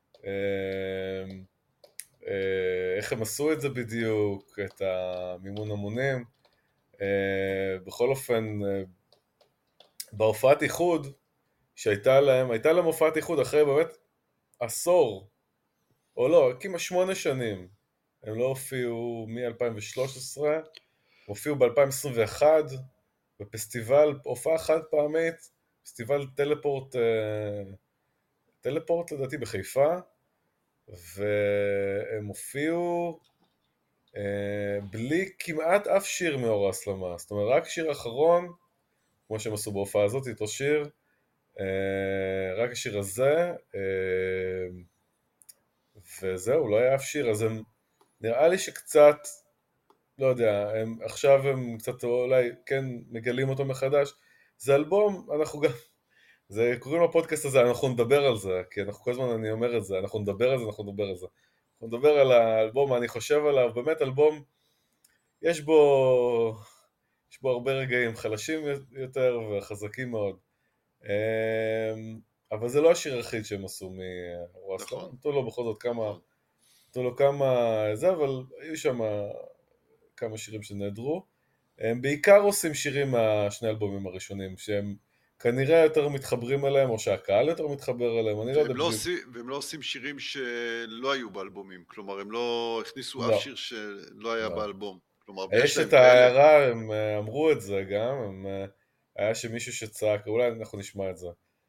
איך הם עשו את זה בדיוק, את המימון המונים. בכל אופן, בהופעת איחוד שהייתה להם, הייתה להם הופעת איחוד אחרי באמת עשור, או לא, כמעט שמונה שנים. הם לא הופיעו מ-אלפיים ושלוש עשרה, הופיעו ב-אלפיים עשרים ואחת, בפסטיבל, הופעה חד פעמית, פסטיבל טלפורט, טלפורט לדעתי בחיפה, והם הופיעו בלי כמעט אף שיר מאור ההסלמה, זאת אומרת רק שיר אחרון, כמו שהם עשו בהופעה הזאת, איתו שיר, רק השיר הזה, וזהו, לא היה אף שיר, אז הם, נראה לי שקצת, לא יודע, הם, עכשיו הם קצת אולי כן מגלים אותו מחדש, זה אלבום, אנחנו גם, זה קוראים לפודקאסט הזה, אנחנו נדבר על זה, כי אנחנו כל הזמן אני אומר את זה, אנחנו נדבר על זה, אנחנו נדבר על זה, אנחנו נדבר על האלבום, אני חושב עליו, באמת אלבום, יש בו, יש בו הרבה רגעים חלשים יותר וחזקים מאוד, אבל זה לא השיר היחיד שהם עשו מוואסלם, נתנו לו בכל זאת כמה, נתנו לו כמה זה, אבל היו שם כמה שירים שנעדרו, הם בעיקר עושים שירים מהשני אלבומים הראשונים, שהם כנראה יותר מתחברים אליהם, או שהקהל יותר מתחבר אליהם, אני לא יודע בדיוק. והם לא עושים שירים שלא היו באלבומים, כלומר הם לא הכניסו אף שיר שלא היה באלבום. יש את ההערה, הם אמרו את זה גם, היה שמישהו שצעק, אולי אנחנו נשמע את זה.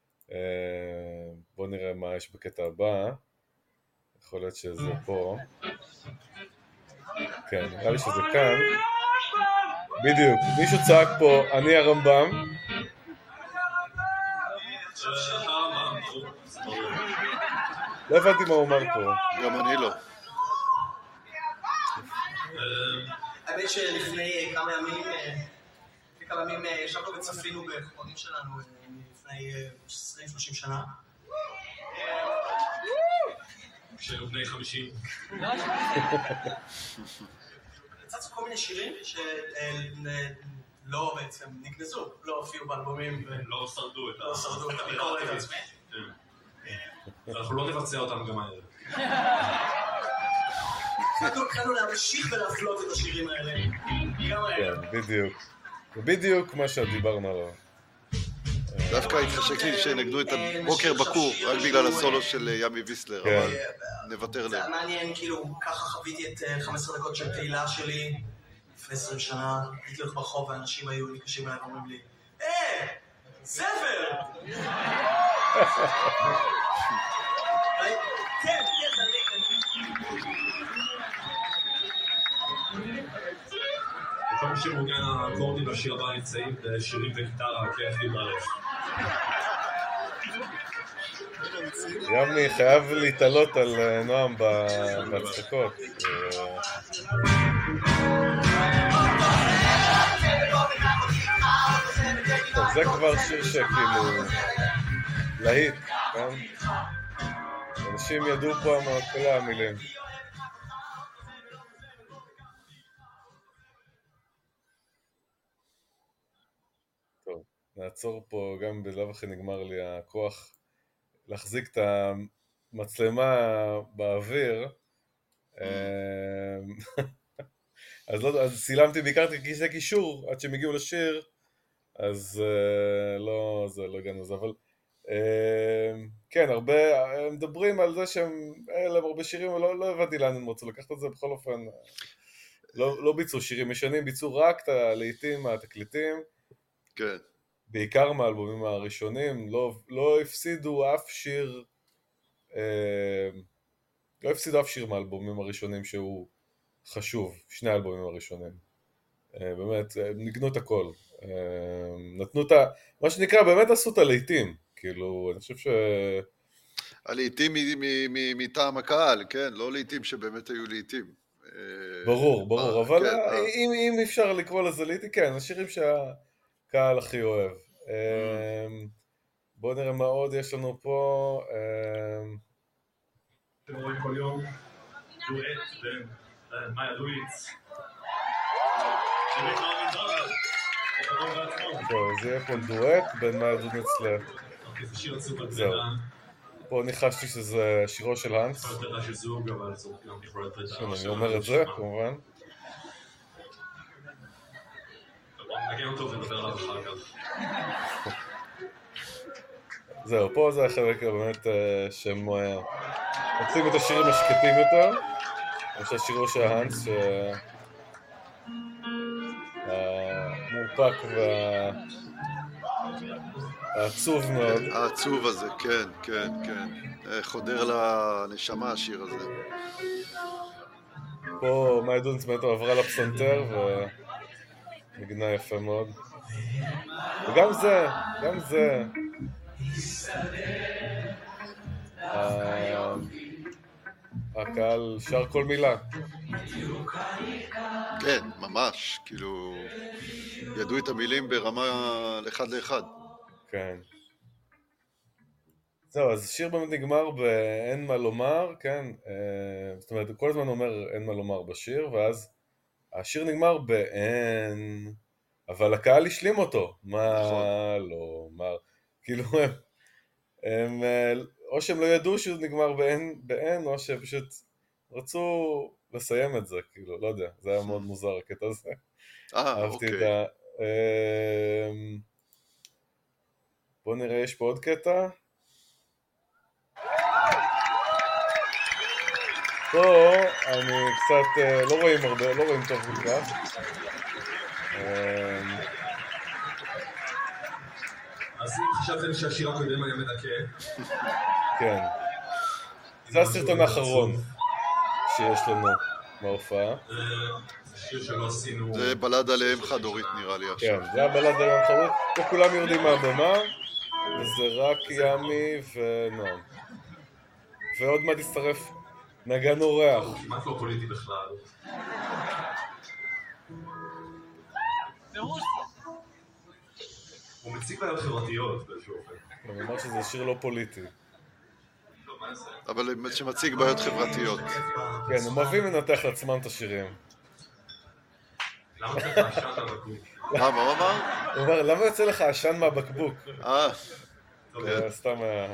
בואו נראה מה יש בקטע הבא, יכול להיות שזה פה. כן, נראה לי שזה כאן. בדיוק, מישהו צעק פה, אני הרמב"ם. לא הבנתי מה הוא אומר פה. גם אני לא. האמת שלפני כמה ימים, לפני כמה ימים ישבנו וצפינו בחומרים שלנו לפני עשרים שלושים שנה. שהיו בני חמישים. יצאנו כל מיני שירים שלא בעצם נגנזו, לא הופיעו באלבומים. לא שרדו את לא שרדו את הביקורת העצמית. אנחנו לא נבצע אותם גם האלה. התחלנו להמשיך ולהפלות את השירים האלה. כן, בדיוק. בדיוק מה שדיברנו עליו. דווקא התחשק לי שנגדו את הבוקר בקור, רק בגלל הסולו של ימי ויסלר, אבל נוותר להם. זה מעניין, כאילו, ככה חוויתי את חמש עשרה דקות של תהילה שלי לפני עשרים שנה, הייתי הולך ברחוב ואנשים היו ניגשים אליי ואומרים לי, אה, ספר! כן, כן, כל מי שמעוניין האקורדים והשיר הבא נמצאים בשירים וגיטרה, כיף לי בלב. ימי חייב להתעלות על נועם בהצחקות. טוב, זה כבר שיר שכאילו להיט, כן? אנשים ידעו פה מה כל המילים. טוב, נעצור פה, גם בלב אחרי נגמר לי הכוח להחזיק את המצלמה באוויר. אז, לא, אז צילמתי בעיקר כי זה קישור עד שהם הגיעו לשיר, אז לא, זה לא הגענו לזה, אבל כן, הרבה, הם מדברים על זה שהם, אלה הרבה שירים, לא, לא הבנתי לאן הם רצו לקחת את זה, בכל אופן, לא, לא ביצעו שירים ישנים, ביצעו רק את הלעיתים, התקליטים, כן. בעיקר מהאלבומים הראשונים, לא, לא הפסידו אף שיר, לא הפסידו אף שיר מהאלבומים הראשונים שהוא חשוב, שני האלבומים הראשונים, באמת, ניגנו את הכל, נתנו את ה... מה שנקרא, באמת עשו את הלעיתים, כאילו, אני חושב ש... הלעיתים מטעם הקהל, כן? לא לעיתים שבאמת היו לעיתים. ברור, ברור, אבל אם אפשר לקרוא לזה לעיתים, כן, השירים שהקהל הכי אוהב. בואו נראה מה עוד יש לנו פה. אתם רואים כל יום דואט בין מאיה דויץ. טוב, זה יהיה פה דואט בין מאיה דויץ ל... זהו. פה ניחשתי שזה שירו של האנס. אני אומר את זה, כמובן. נגן אותו ונדבר עליו אחר כך. זהו, פה זה החלק באמת שהם רוצים את השירים השקטים יותר. למשל שירו של האנס, שהמורפק העצוב מאוד. העצוב הזה, כן, כן, כן. חודר לנשמה השיר הזה. פה מאי דונצמנטו עברה לפסנתר ונגנה יפה מאוד. וגם זה, גם זה. הקהל שר כל מילה. כן, ממש, כאילו, ידעו את המילים ברמה לאחד לאחד. כן. זהו, אז השיר באמת נגמר באין מה לומר, כן? זאת אומרת, כל הזמן אומר אין מה לומר בשיר, ואז השיר נגמר באין, אבל הקהל השלים אותו. מה לומר? כאילו הם, הם, או שהם לא ידעו שהוא נגמר באין, באין, או שהם פשוט רצו לסיים את זה, כאילו, לא יודע, זה היה מאוד מוזר הקטע הזה. אה, אוקיי. אהבתי את ה... בואו נראה, יש פה עוד קטע. פה אני קצת, לא רואים הרבה, לא רואים טוב בכך. אז אם חשבתם שהשיר הקודם היה מדכא? כן. זה הסרטון האחרון שיש לנו מההופעה. שיר שלא עשינו... זה בלד עליהם חד-הורית נראה לי עכשיו. כן, זה הבלד עליהם חד-הורית. פה כולם יורדים מהבמה, וזה רק ימי ונועם. ועוד מעט יצטרף נגן אורח. הוא כמעט לא פוליטי בכלל. הוא מציג בעיות חברתיות באיזשהו אופן. אני אומר שזה שיר לא פוליטי. אבל שמציג בעיות חברתיות. כן, הם אוהבים לנתח לעצמם את השירים. למה יוצא לך עשן מהבקבוק? מה, מה הוא אמר? הוא אומר, למה יוצא לך עשן מהבקבוק? אה. זה סתם היה...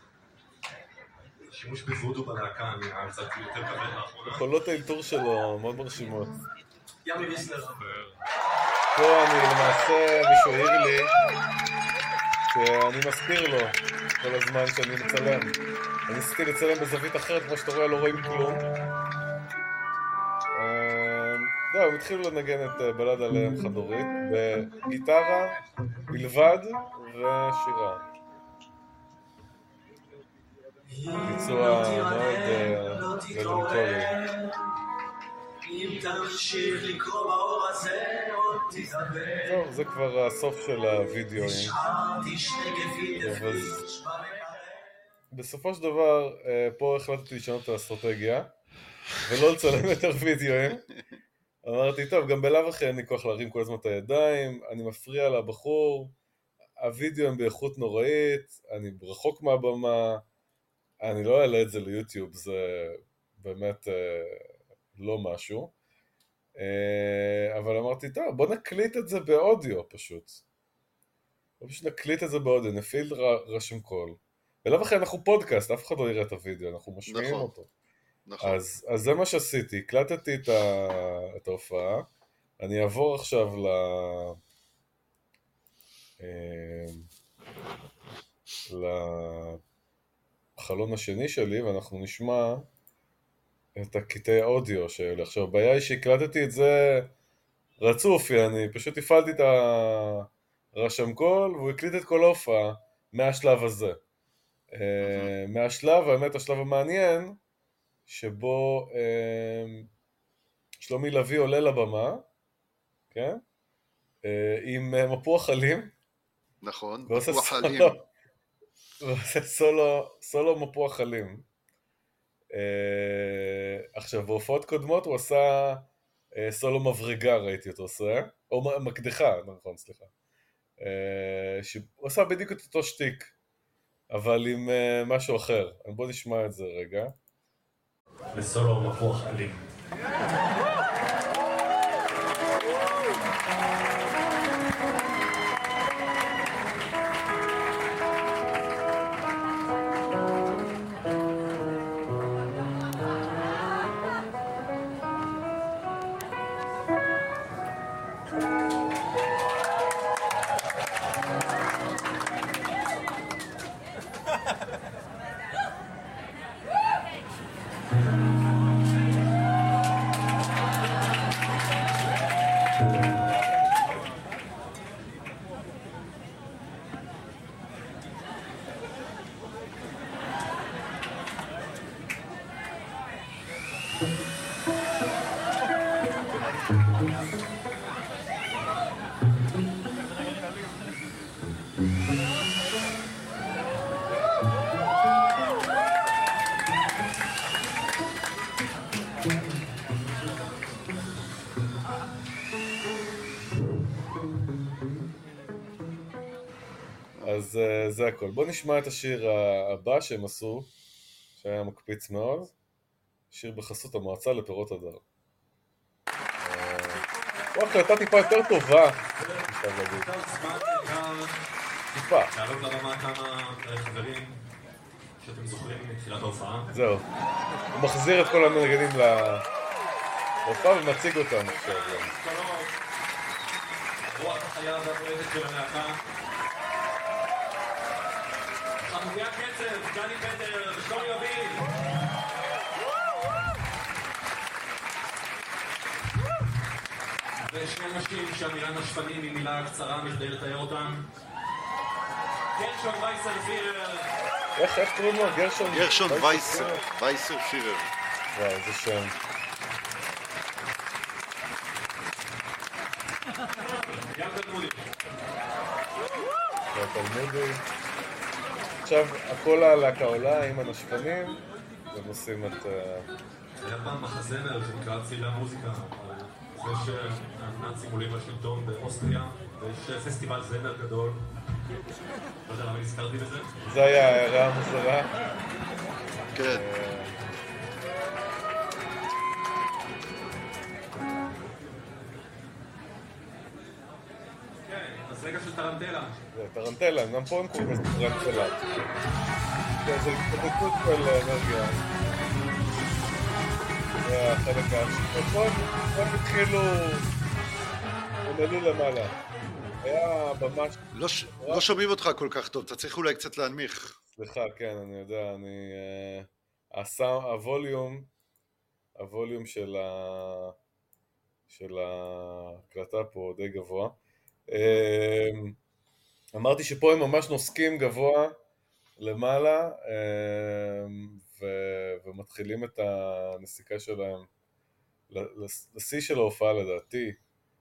שימוש בוודו בלהקה, אני היה קצת יותר כבד לאחרונה. יכולות האלתור שלו מאוד מרשימות. ימי ויסלר. פה אני למעשה, מישהו העיר לי שאני מזכיר לו כל הזמן שאני מצלם. אני ניסיתי לצלם בזווית אחרת, כמו שאתה רואה, לא רואים כלום. זהו, הם התחילו לנגן את בלד עליהם חד-הורית בגיטרה בלבד ושירה. ביצוע מאוד מלנכולי. אם תמשיך לקרוא באור הזה, עוד תתאבד. טוב, זה כבר הסוף של הווידאוים. נשארתי שני גביד בסופו של דבר, פה החלטתי לשנות את האסטרטגיה, ולא לצלם יותר וידאוים. אמרתי, טוב, גם בלאו אחרי אין לי כוח להרים כל הזמן את הידיים, אני מפריע לבחור, הווידאו הם באיכות נוראית, אני רחוק מהבמה, אני לא אעלה את זה ליוטיוב, זה באמת לא משהו. אבל אמרתי, טוב, בוא נקליט את זה באודיו פשוט. בוא פשוט נקליט את זה באודיו, נפעיל רשם קול. בלאו אחרי אנחנו פודקאסט, אף אחד לא יראה את הוידאו, אנחנו משמיעים נכון. אותו. נכון. אז, אז זה מה שעשיתי, הקלטתי את, ה, את ההופעה, אני אעבור עכשיו ל... לחלון השני שלי, ואנחנו נשמע את הקטעי האודיו שלי. עכשיו, הבעיה היא שהקלטתי את זה רצוף, אני פשוט הפעלתי את הרשם קול, והוא הקליט את כל ההופעה מהשלב הזה. מהשלב, האמת, השלב המעניין, שבו אה, שלומי לוי עולה לבמה, כן? אה, עם אה, מפוח חלים. נכון, מפוח חלים. ועושה סולו, סולו מפוח חלים. אה, עכשיו, בהופעות קודמות הוא עשה אה, סולו מברגה, ראיתי אותו עושה, או מקדחה, נכון, סליחה. אה, שהוא עשה בדיוק את אותו שטיק, אבל עם אה, משהו אחר. בואו נשמע את זה רגע. וסולו מפוח אלים. אז uh, זה הכל. בוא נשמע את השיר הבא שהם עשו, שהיה מקפיץ מאוד. שיר בחסות המועצה לפירות הדר. וואו, הייתה טיפה יותר טובה. טיפה. לעלות לבמה כמה חברים שאתם זוכרים מתחילת ההופעה. זהו. הוא מחזיר את כל המנגנים להופעה ומציג אותם עכשיו. רוח החיה והפועדת של הלהקה. חמוביה קצב, ג'ני פטר ושלומי יוביל. ושני אנשים שהמילה נשפנים היא מילה קצרה מכדי לתאר אותם. גרשון וייסר פירר. איך, איך קוראים לו? גרשון? גרשון וייסר, וייסר פירר. וואו, איזה שם. גם תלמודי. תלמודי. עכשיו, הכל הלהקה עולה עם הנשפנים, והם עושים את... היה פעם מחזמר שנקרא צילי המוזיקה, זה שהנאצים עולים לשלטון באוסטריה, ויש פסטיבל זמר גדול. לא יודע למה נזכרתי בזה. זה היה הערה מוזרה. כן. אז רגע של טרנטלה. זה טרנטלה, גם פה הם קוראים לזה טרנטלה. זה התפתחות של אנרגיה. זה החלק השני. פה הם התחילו... הם עלו למעלה. היה ממש... לא שומעים אותך כל כך טוב, אתה צריך אולי קצת להנמיך. סליחה, כן, אני יודע, אני... הווליום, הווליום של ההקלטה פה די גבוה. אמרתי שפה הם ממש נוסקים גבוה למעלה ומתחילים את הנסיקה שלהם לשיא של ההופעה לדעתי.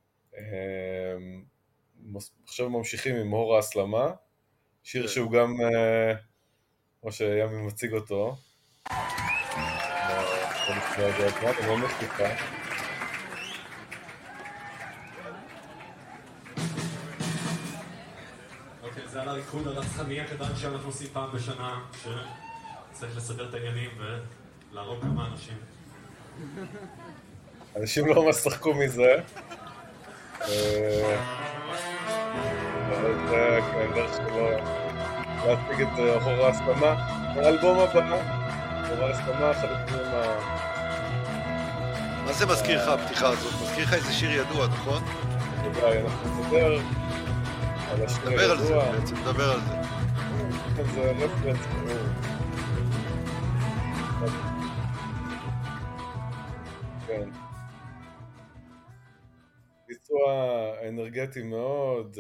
עכשיו ממשיכים עם הור ההסלמה, שיר שהוא גם, כמו שימי מציג אותו, אני לא מחליפה. זה על הריקוד הרצחני הקטן שאנחנו עושים פעם בשנה, שצריך לסדר את העניינים ולהרוג כמה אנשים. אנשים לא ממש שחקו מזה. אבל זה דרך שלו להציג את הור ההסלמה. האלבום הבא, הור ההסלמה, אחד הדברים ה... מה זה מזכיר לך הפתיחה הזאת? מזכיר לך איזה שיר ידוע, נכון? תודה, אנחנו נדבר על השיר ידוע. דבר על זה, בעצם נדבר על זה. זה רפרנס ברור. כן. ביצוע אנרגטי מאוד,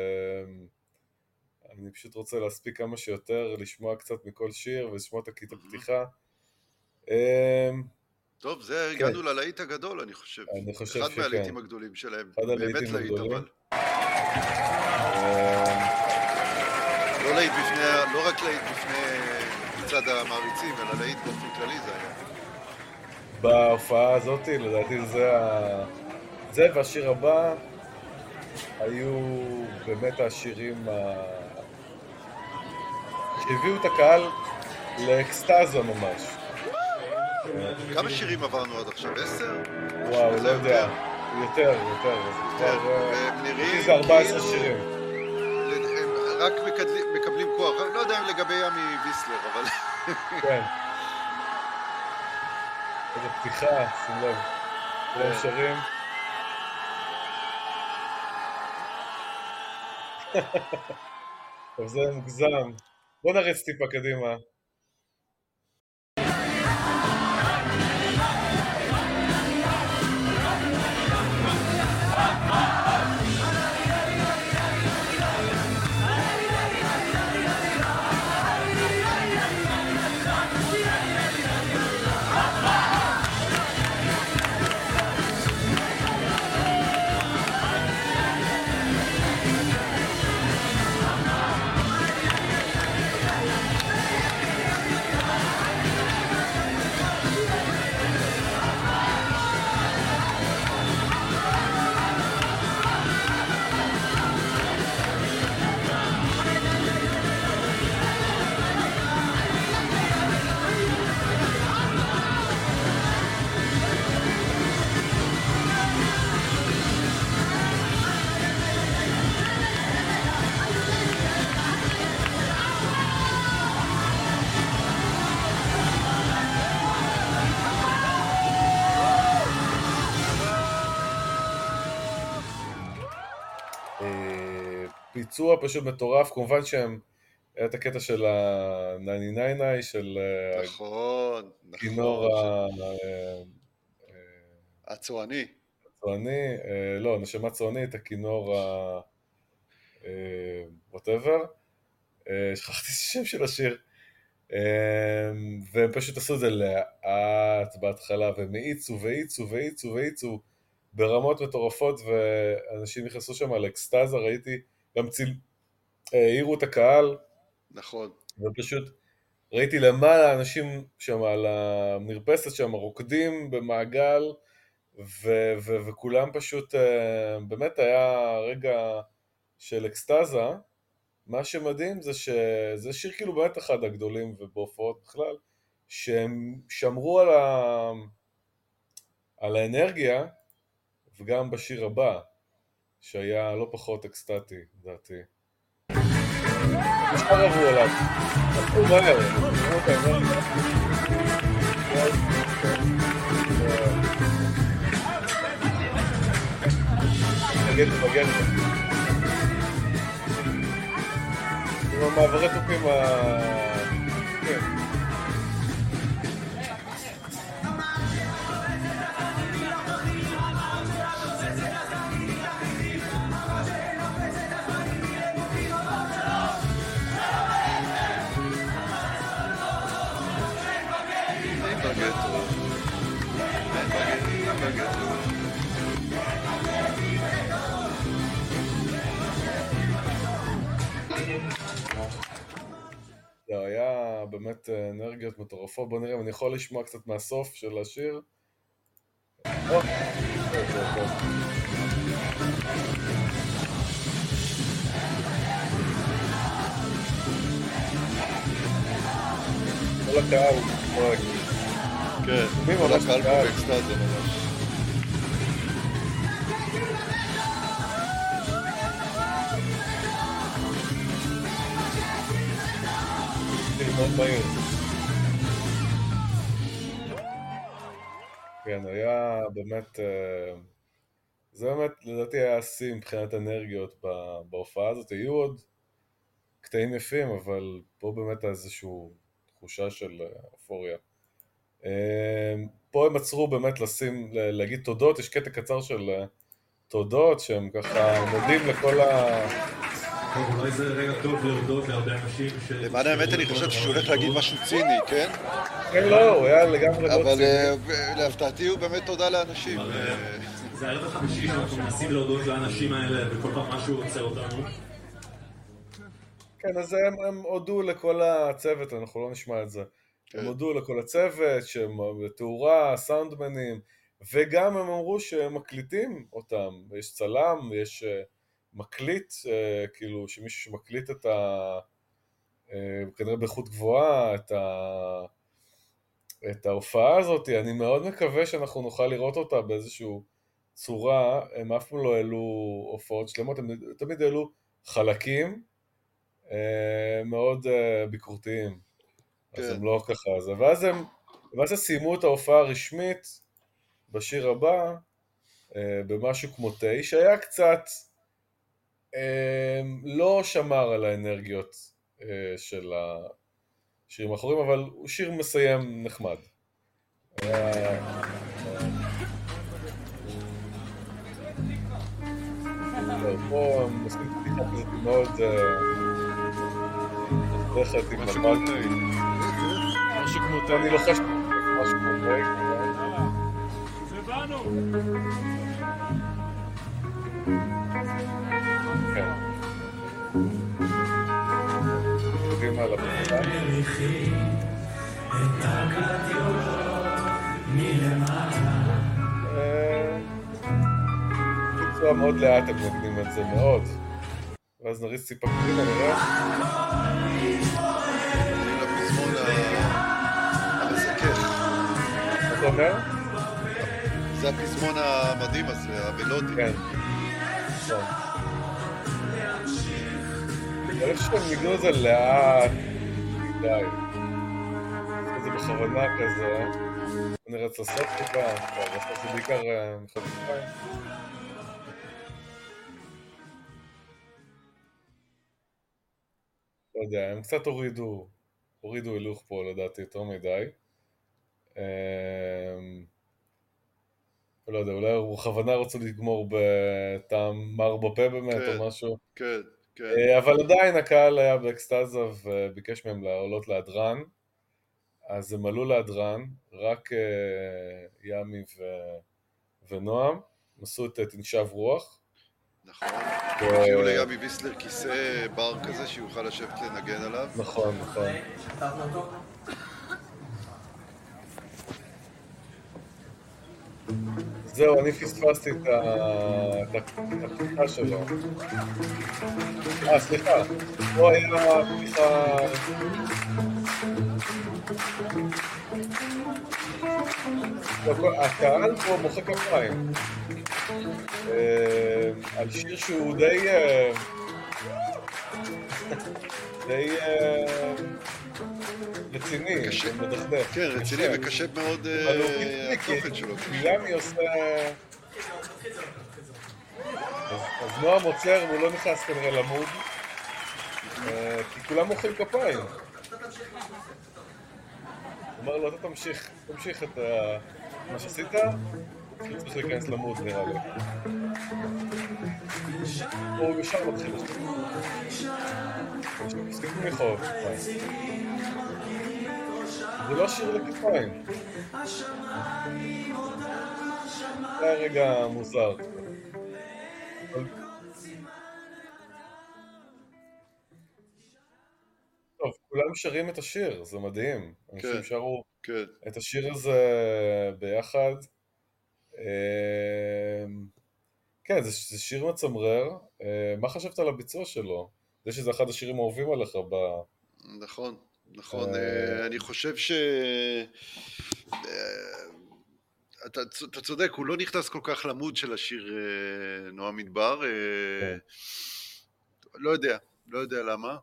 אני פשוט רוצה להספיק כמה שיותר, לשמוע קצת מכל שיר ולשמוע את הקטע פתיחה. טוב, זה הגענו ללהיט הגדול, אני חושב. אני חושב אחד שכן. מהלהיטים הגדולים שלהם. אחד באמת הלהיטים להיט, הגדולים. אבל... לא להיט בפני, לא רק להיט בפני מצד המעריצים, אלא להיט באופן כללי זה היה. בהופעה הזאת, לדעתי זה ה... זה והשיר הבא היו באמת השירים ה... שהביאו את הקהל לאקסטאזה ממש. כמה שירים עברנו עד עכשיו? עשר? וואו, לא יודע. יותר, יותר. הם נראים זה ארבע עשרה כאילו... שירים. הם רק מקבלים כוח. לא יודע אם לגבי ימי ויסלר, אבל... כן. איזה פתיחה, שים לב. לא שרים. טוב, זה מוגזם. בוא נרץ טיפה קדימה. ביצוע פשוט מטורף, כמובן שהם, היה את הקטע של ה-תשעים ותשע איי, של נכון, כינור הצועני. הצועני, לא, נשמה צוענית, הכינור ה... whatever, שכחתי את השם של השיר, והם פשוט עשו את זה לאט בהתחלה, והם העיצו והעיצו והעיצו והעיצו ברמות מטורפות, ואנשים נכנסו שם על אקסטאזה, ראיתי, גם ציל... העירו את הקהל, נכון. ופשוט ראיתי למעלה אנשים שם על המרפסת שם, רוקדים במעגל, ו- ו- וכולם פשוט, באמת היה רגע של אקסטאזה. מה שמדהים זה שזה שיר כאילו באמת אחד הגדולים ובהופעות בכלל, שהם שמרו על, ה... על האנרגיה, וגם בשיר הבא, שהיה לא פחות אקסטטי, לדעתי. משפר עברו עליו, עברו מהר, עברו את האנרגיה. מגן, מגן. עם המעברי תופים ה... כן. זה היה באמת אנרגיות מטורפות. בוא נראה אם אני יכול לשמוע קצת מהסוף של השיר. כל הקהל, כן, כל הקהל פה באקסטאזה ממש. מאוד מהיר. כן, היה באמת, זה באמת לדעתי היה השיא מבחינת אנרגיות בהופעה הזאת. היו עוד קטעים יפים, אבל פה באמת איזושהי תחושה של אופוריה. פה הם עצרו באמת לשים, להגיד תודות, יש קטע קצר של תודות שהם ככה מודים לכל ה... אולי זה רגע טוב להודות להרבה אנשים ש... למען האמת אני חושב שהוא הולך להגיד משהו ציני, כן? כן, לא, הוא היה לגמרי לא אבל ציני. להפתעתי הוא באמת תודה לאנשים. זה הערב החמישי שאנחנו מנסים להודות לאנשים האלה וכל פעם משהו עוצר אותנו. כן, אז הם, הם הודו לכל הצוות, אנחנו לא נשמע את זה. כן. הם הודו לכל הצוות, שהם בתאורה, סאונדמנים, וגם הם אמרו שהם מקליטים אותם. יש צלם, יש מקליט, כאילו שמישהו שמקליט את ה... כנראה באיכות גבוהה, את, ה... את ההופעה הזאת. אני מאוד מקווה שאנחנו נוכל לראות אותה באיזושהי צורה. הם אף פעם לא העלו הופעות שלמות, הם תמיד העלו חלקים, מאוד ביקורתיים, אז הם לא ככה, ואז הם, ואז הם סיימו את ההופעה הרשמית בשיר הבא, במשהו כמו תה, שהיה קצת לא שמר על האנרגיות של השירים האחרים, אבל הוא שיר מסיים נחמד. פה הם עושים פתיחה כזאת מאוד דרכת עם לבד. משהו כמו תה. אני לא חשתי משהו כמו תה. זה באנו. כן. תגידים על הפתיחה. בצורה מאוד לאט הם נגנים את זה מאוד, ואז נריץ ציפה קדימה, נראה. לפזמון המזכך. מה אתה אומר? זה הפזמון המדהים הזה, המלודי. כן. אני חושב שהם ניגנו את זה לאט, די. זה בכוונה כזה. אני רץ לעשות טיפה, זה בעיקר מחלקת חיים. לא יודע, הם קצת הורידו, הורידו הילוך פה לדעתי יותר מדי. לא יודע, אולי הוא בכוונה רוצה לגמור בטעם מר בפה באמת או משהו. כן, כן. אבל עדיין הקהל היה באקסטאזה וביקש מהם לעלות להדרן, אז הם עלו להדרן, רק ימי ונועם, עשו את תנשב רוח. נכון, הביאו לימי ויסלר כיסא בר כזה שיוכל לשבת לנגן עליו. נכון, נכון. זהו, אני פספסתי את הפתיחה שלו. אה, סליחה, פה היה פתיחה... הקהל פה מוחא כפיים. על שיר שהוא די... די... רציני, מדכדך. כן, רציני וקשה מאוד התוכן שלו. ימי עושה... אז נועם עוצר והוא לא נכנס כנראה למוד, כי כולם מוחאים כפיים. הוא אומר לו, אתה תמשיך, תמשיך את מה שעשית, הוא צריך להיכנס למוד נראה לי. הוא ישר מתחיל לשתות. תפסיקו מחוב. זה לא שיר לכפיים. זה היה רגע מוזר. טוב, כולם שרים את השיר, זה מדהים. אנשים שרו את השיר הזה ביחד. כן, זה שיר מצמרר. מה חשבת על הביצוע שלו? זה שזה אחד השירים האהובים עליך ב... נכון. נכון, אני חושב ש... אתה צודק, הוא לא נכנס כל כך למוד של השיר נועם מדבר, לא יודע, לא יודע למה.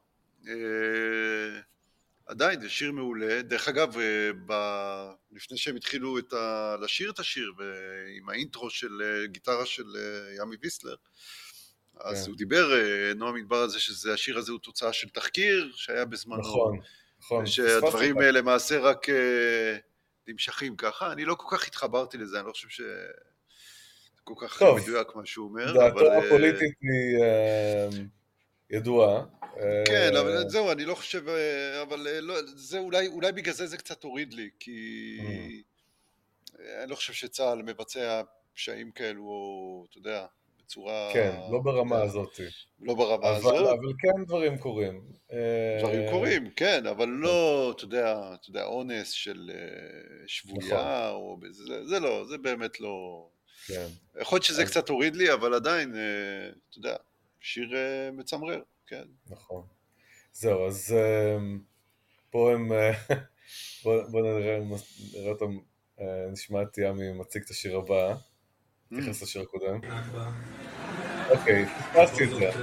עדיין, זה שיר מעולה. דרך אגב, לפני שהם התחילו לשיר את השיר, עם האינטרו של גיטרה של ימי ויסלר, אז הוא דיבר, נועם מדבר על זה שהשיר הזה הוא תוצאה של תחקיר שהיה בזמנו. נכון. שהדברים למעשה רק נמשכים ככה. אני לא כל כך התחברתי לזה, אני לא חושב שזה כל כך מדויק מה שהוא אומר. דעתו הפוליטית היא ידועה. כן, אבל זהו, אני לא חושב, אבל זה אולי בגלל זה זה קצת הוריד לי, כי אני לא חושב שצה"ל מבצע פשעים כאלו, אתה יודע, בצורה... כן, לא ברמה הזאת. לא ברמה הזאת. אבל כן דברים קורים. דברים קורים, כן, אבל לא, אתה יודע, אתה יודע, אונס של שבויה, או זה לא, זה באמת לא... כן. יכול להיות שזה קצת הוריד לי, אבל עדיין, אתה יודע, שיר מצמרר, כן. נכון. זהו, אז פה הם... בואו נראה אותם, נשמע את ימי מציג את השיר הבא. תכנס לשיר הקודם. אוקיי, פספסתי את זה.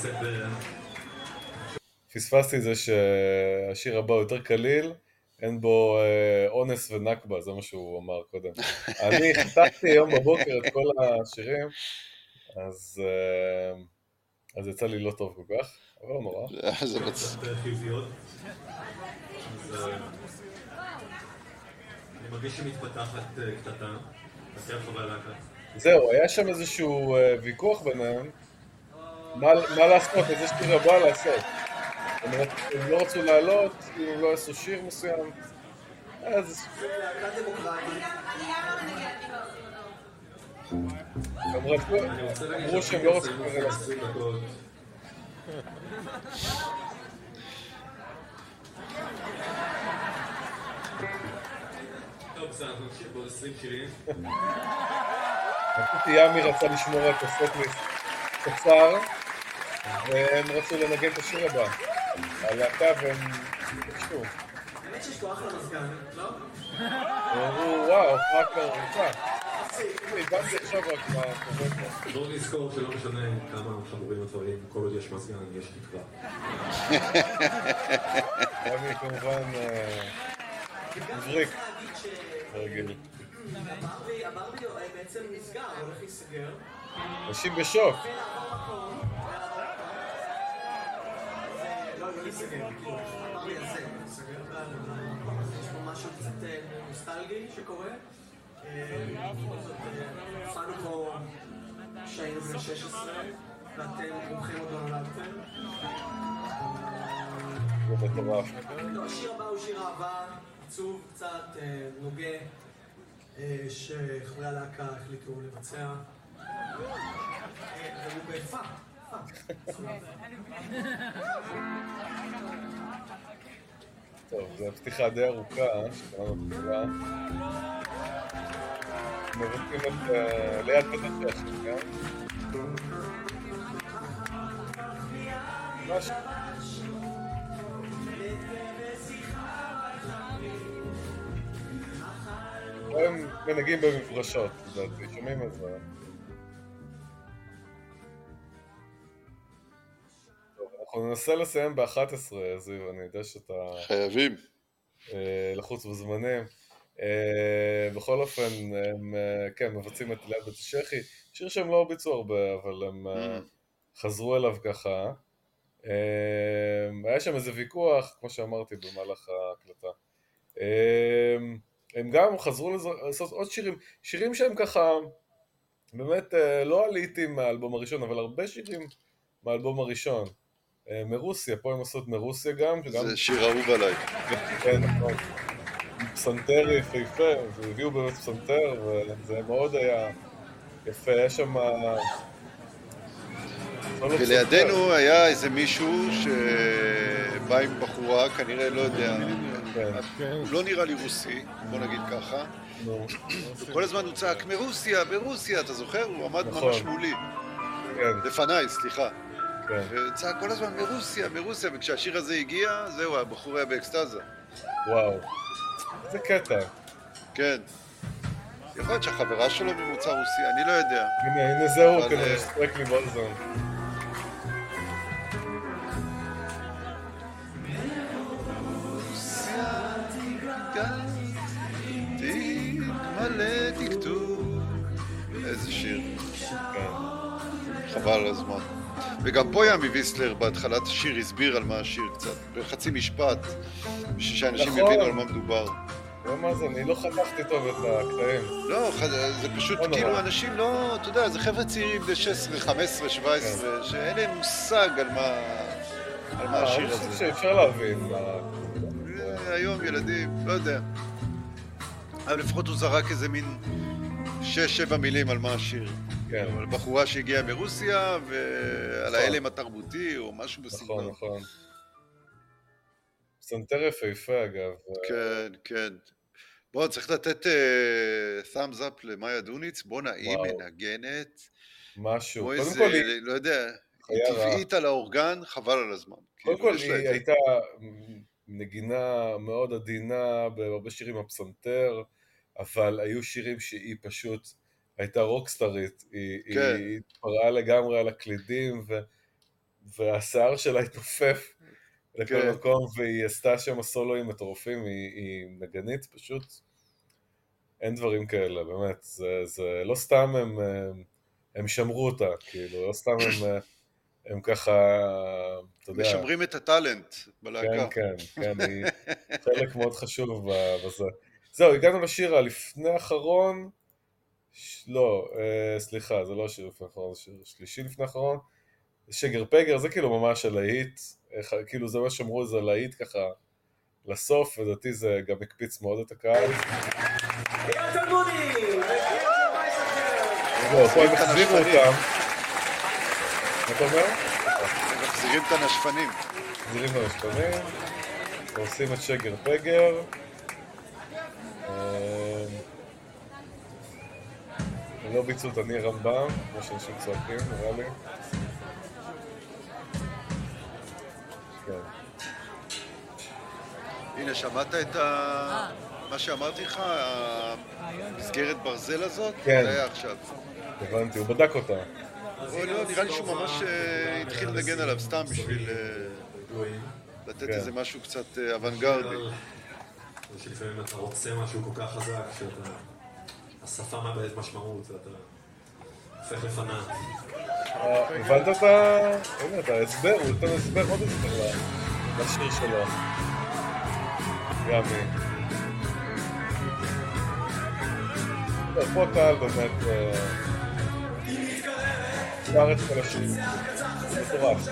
פספסתי את זה שהשיר הבא הוא יותר קליל, אין בו אונס ונקבה, זה מה שהוא אמר קודם. אני חתכתי היום בבוקר את כל השירים, אז יצא לי לא טוב כל כך, אבל לא נורא. זה מצ... אני מרגיש שמתפתחת קטטה, עשייה חווה להקה. זהו, היה שם איזשהו ויכוח ביניהם, מה לעשות, איזה שיר הבא לעשות. הם לא רצו לעלות, הם לא עשו שיר מסוים, אז... אמרו שהם לא רצו לעשות. טוב, בסדר, אנחנו נמשיך בעוד עשרים שירים. ימי רצה לשמור את הסטליסט קצר, והם רצו לנגן את השיר הבא. הלהקה והם נשתו. האמת שיש פה אחלה מזגן, לא? אמרו, וואו, מה כבר רוצה? הבנתי עכשיו רק מה קורה פה. בואו נזכור שלא משנה כמה חמורים הדברים, כל עוד יש מזגן, יש תקווה. ימי כמובן מבריק. רגיל. הברבי בעצם נסגר, הולך להיסגר. אנשים בשוק. לא לא להיסגר, כאילו, אמר לי על זה, להיסגר כאן, יש פה משהו קצת נוסטלגי שקורה. הופענו פה כשהיינו בני שש עשרה, ואתם רוחים עוד לא נולדתם. זה מטורף. השיר הבא הוא שיר אהבה, עצוב, קצת נוגה, שחברי הלהקה החליטו לבצע. והוא ביפה, יפה. טוב, זו פתיחה די ארוכה, שקראנו פתיחה. מבטאים את ליד פתח השם, כן? משהו. הם מנהגים במפרשות, לדעתי, שומעים את זה. טוב, אנחנו ננסה לסיים ב-אחת עשרה, זיו, אני יודע שאתה... חייבים. לחוץ בזמנים. בכל אופן, הם כן, מבצעים את ליד בית השחי. שיר שהם לא ביצעו הרבה, אבל הם חזרו אליו ככה. היה שם איזה ויכוח, כמו שאמרתי, במהלך ההקלטה. הם גם חזרו לעשות עוד שירים, שירים שהם ככה, באמת לא עליתים מהאלבום הראשון, אבל הרבה שירים מהאלבום הראשון. מרוסיה, פה הם עושות מרוסיה גם. זה שיר אהוב עליי. כן, נכון. פסנתר יפהפה, והביאו באמת פסנתר, וזה מאוד היה יפה, יש שם... ולידינו היה איזה מישהו שבא עם בחורה, כנראה לא יודע, הוא לא נראה לי רוסי, בוא נגיד ככה, וכל הזמן הוא צעק מרוסיה, ברוסיה, אתה זוכר? הוא עמד ממש מולי, לפניי, סליחה, וצעק כל הזמן מרוסיה, מרוסיה, וכשהשיר הזה הגיע, זהו, הבחור היה באקסטאזה. וואו, איזה קטע. כן. יכול להיות שהחברה שלו ממוצא רוסי, אני לא יודע. הנה, הנה זהו, כדי לשטרק לי באוזן. מלא טקטוק. איזה שיר. חבל על הזמן. וגם פה ימי ויסלר בהתחלת השיר הסביר על מה השיר קצת, בחצי משפט, בשביל שאנשים יבינו על מה מדובר. לא מה זה, אני לא חתכתי טוב את הקטעים. לא, זה פשוט כאילו אנשים לא, אתה יודע, זה חבר'ה צעירים ב-שש עשרה, חמש עשרה, שבע עשרה, שאין להם מושג על מה השיר הזה. אני חושב שאפשר להבין. היום ילדים, לא יודע. אבל לפחות הוא זרק איזה מין שש שבע מילים על מה השיר. כן. על בחורה שהגיעה מרוסיה ועל ההלם התרבותי או משהו בסגנון. נכון, נכון. פסנתר יפהפה אגב. כן, כן. בוא, צריך לתת thumbs up למאיה דוניץ, בוא נעים, מנגנת. משהו. קודם כל היא, לא יודע, היא טבעית על האורגן, חבל על הזמן. קודם כל היא הייתה נגינה מאוד עדינה בהרבה שירים הפסנתר, אבל היו שירים שהיא פשוט הייתה רוקסטרית, היא התפרעה לגמרי על הקלידים, והשיער שלה התעופף לכל מקום, והיא עשתה שם הסולואים מטורפים, היא נגנית פשוט, אין דברים כאלה, באמת, זה לא סתם הם שמרו אותה, כאילו, לא סתם הם... הם ככה, אתה יודע... משמרים את הטלנט בלהקה. כן, כן, כן, היא חלק מאוד חשוב בזה. זהו, הגענו לשיר הלפני האחרון, לא, סליחה, זה לא השיר לפני האחרון, זה שיר שלישי לפני האחרון, זה שגר פגר, זה כאילו ממש הלהיט, כאילו זה מה שאמרו, זה להיט ככה לסוף, ודעתי זה גם הקפיץ מאוד את הקהל. יאללה תלמודי! זהו, פה הם החזירו אותם. מה אתה אומר? מחזירים את הנשפנים. מחזירים את הנשפנים, ועושים את שגר פגר. הם לא ביצעו את אני רמב"ם, כמו שאנשים צועקים, נראה לי. כן. הנה, שמעת את מה שאמרתי לך? המסגרת ברזל הזאת? כן. זה היה עכשיו. הבנתי, הוא בדק אותה. לא, נראה לי שהוא ממש התחיל לנגן עליו סתם בשביל לתת איזה משהו קצת אוונגרדי. שלפעמים אתה רוצה משהו כל כך חזק, שהשפה מאבדת משמעות, ואתה הופך לפניו. הבנת את ה... הנה, את ההסבר, הוא נותן הסבר עוד הסבר לה. לשיר שלו. ימי. פה קהל באמת שר את כל השיר. זה מטורף.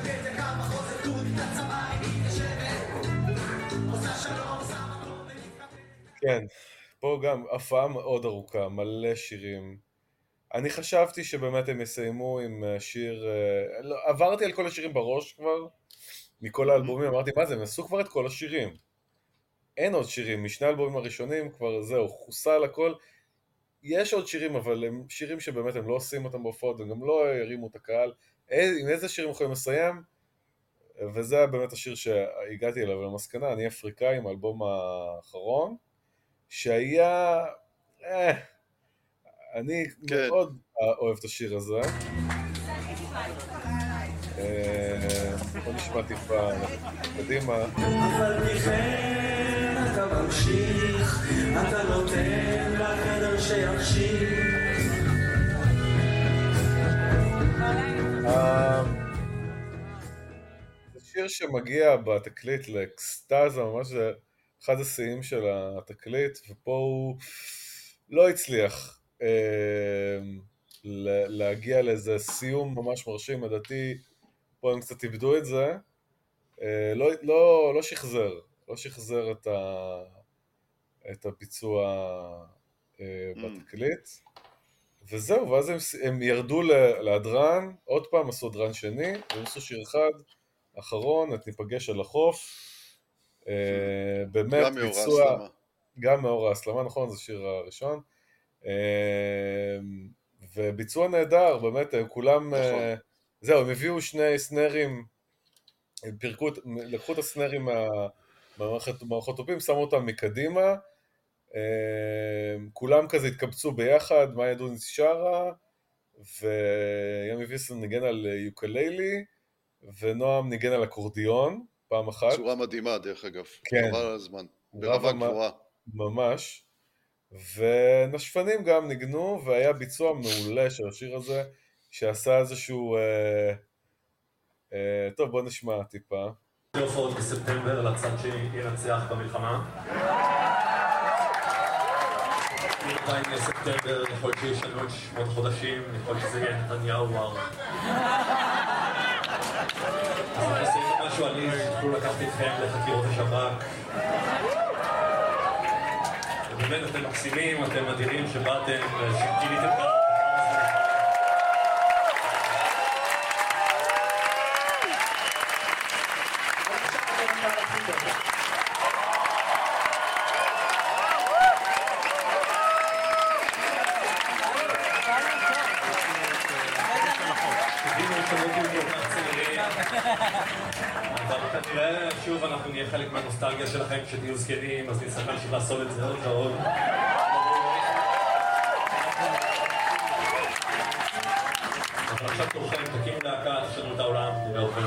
כן, פה גם הפעה מאוד ארוכה, מלא שירים. אני חשבתי שבאמת הם יסיימו עם שיר, לא, עברתי על כל השירים בראש כבר, מכל האלבומים, אמרתי מה זה, הם עשו כבר את כל השירים. אין עוד שירים, משני האלבומים הראשונים כבר זהו, חוסל הכל. יש עוד שירים, אבל הם שירים שבאמת הם לא עושים אותם בהופעות, הם גם לא ירימו את הקהל. עם איזה שירים יכולים לסיים? וזה היה באמת השיר שהגעתי אליו למסקנה, אני אפריקאי עם האלבום האחרון, שהיה... אה, אני כן. מאוד אוהב את השיר הזה. בוא נשמע טיפה, קדימה. אבל בכן אתה ממשיך, אתה נותן לחדר שימשיך. זה שיר שמגיע בתקליט לאקסטאזה, ממש זה אחד השיאים של התקליט, ופה הוא לא הצליח להגיע לאיזה סיום ממש מרשים, לדעתי פה הם קצת איבדו את זה, לא, לא, לא שחזר, לא שחזר את, ה, את הביצוע בתקליט, וזהו, ואז הם, הם ירדו להדרן, עוד פעם עשו דרן שני, והם עשו שיר אחד, אחרון, את ניפגש על החוף, באמת ביצוע, גם מאור ההסלמה, נכון, זה שיר הראשון, וביצוע נהדר, באמת, הם כולם, זהו, הם הביאו שני סנרים, הם פירקו, לקחו את הסנרים מהמערכות טופים, שמו אותם מקדימה, כולם כזה התקבצו ביחד, מאיה דוניס שרה, וימי ויסן ניגן על יוקללי, ונועם ניגן על אקורדיון, פעם אחת. צורה מדהימה דרך אגב, כן. חבל על הזמן, ברמה גבוהה. ממש. ונשפנים גם ניגנו, והיה ביצוע מעולה של השיר הזה, שעשה איזשהו... אה, אה, טוב, בוא נשמע טיפה. הופעות בספטמבר לצד שינצח במלחמה. אם יהיה ספטמבר, יכול להיות שיש לנו עוד שמות חודשים, יכול להיות שזה יהיה נתניהו וואר. אז אני עושה משהו עלי, שתוכלו לקחת איתכם לחקירות השב"כ. ובאמת אתם מקסימים, אתם אדירים שבאתם ושגיליתם כאן. כנראה שוב אנחנו נהיה חלק מהנוסטלגיה שלכם כשתהיו זקנים, אז נצטרך להמשיך לעשות את זה עוד ועוד. אבל עכשיו תורכם, תקימו להקה, תשנו את העולם, נראה אתכם.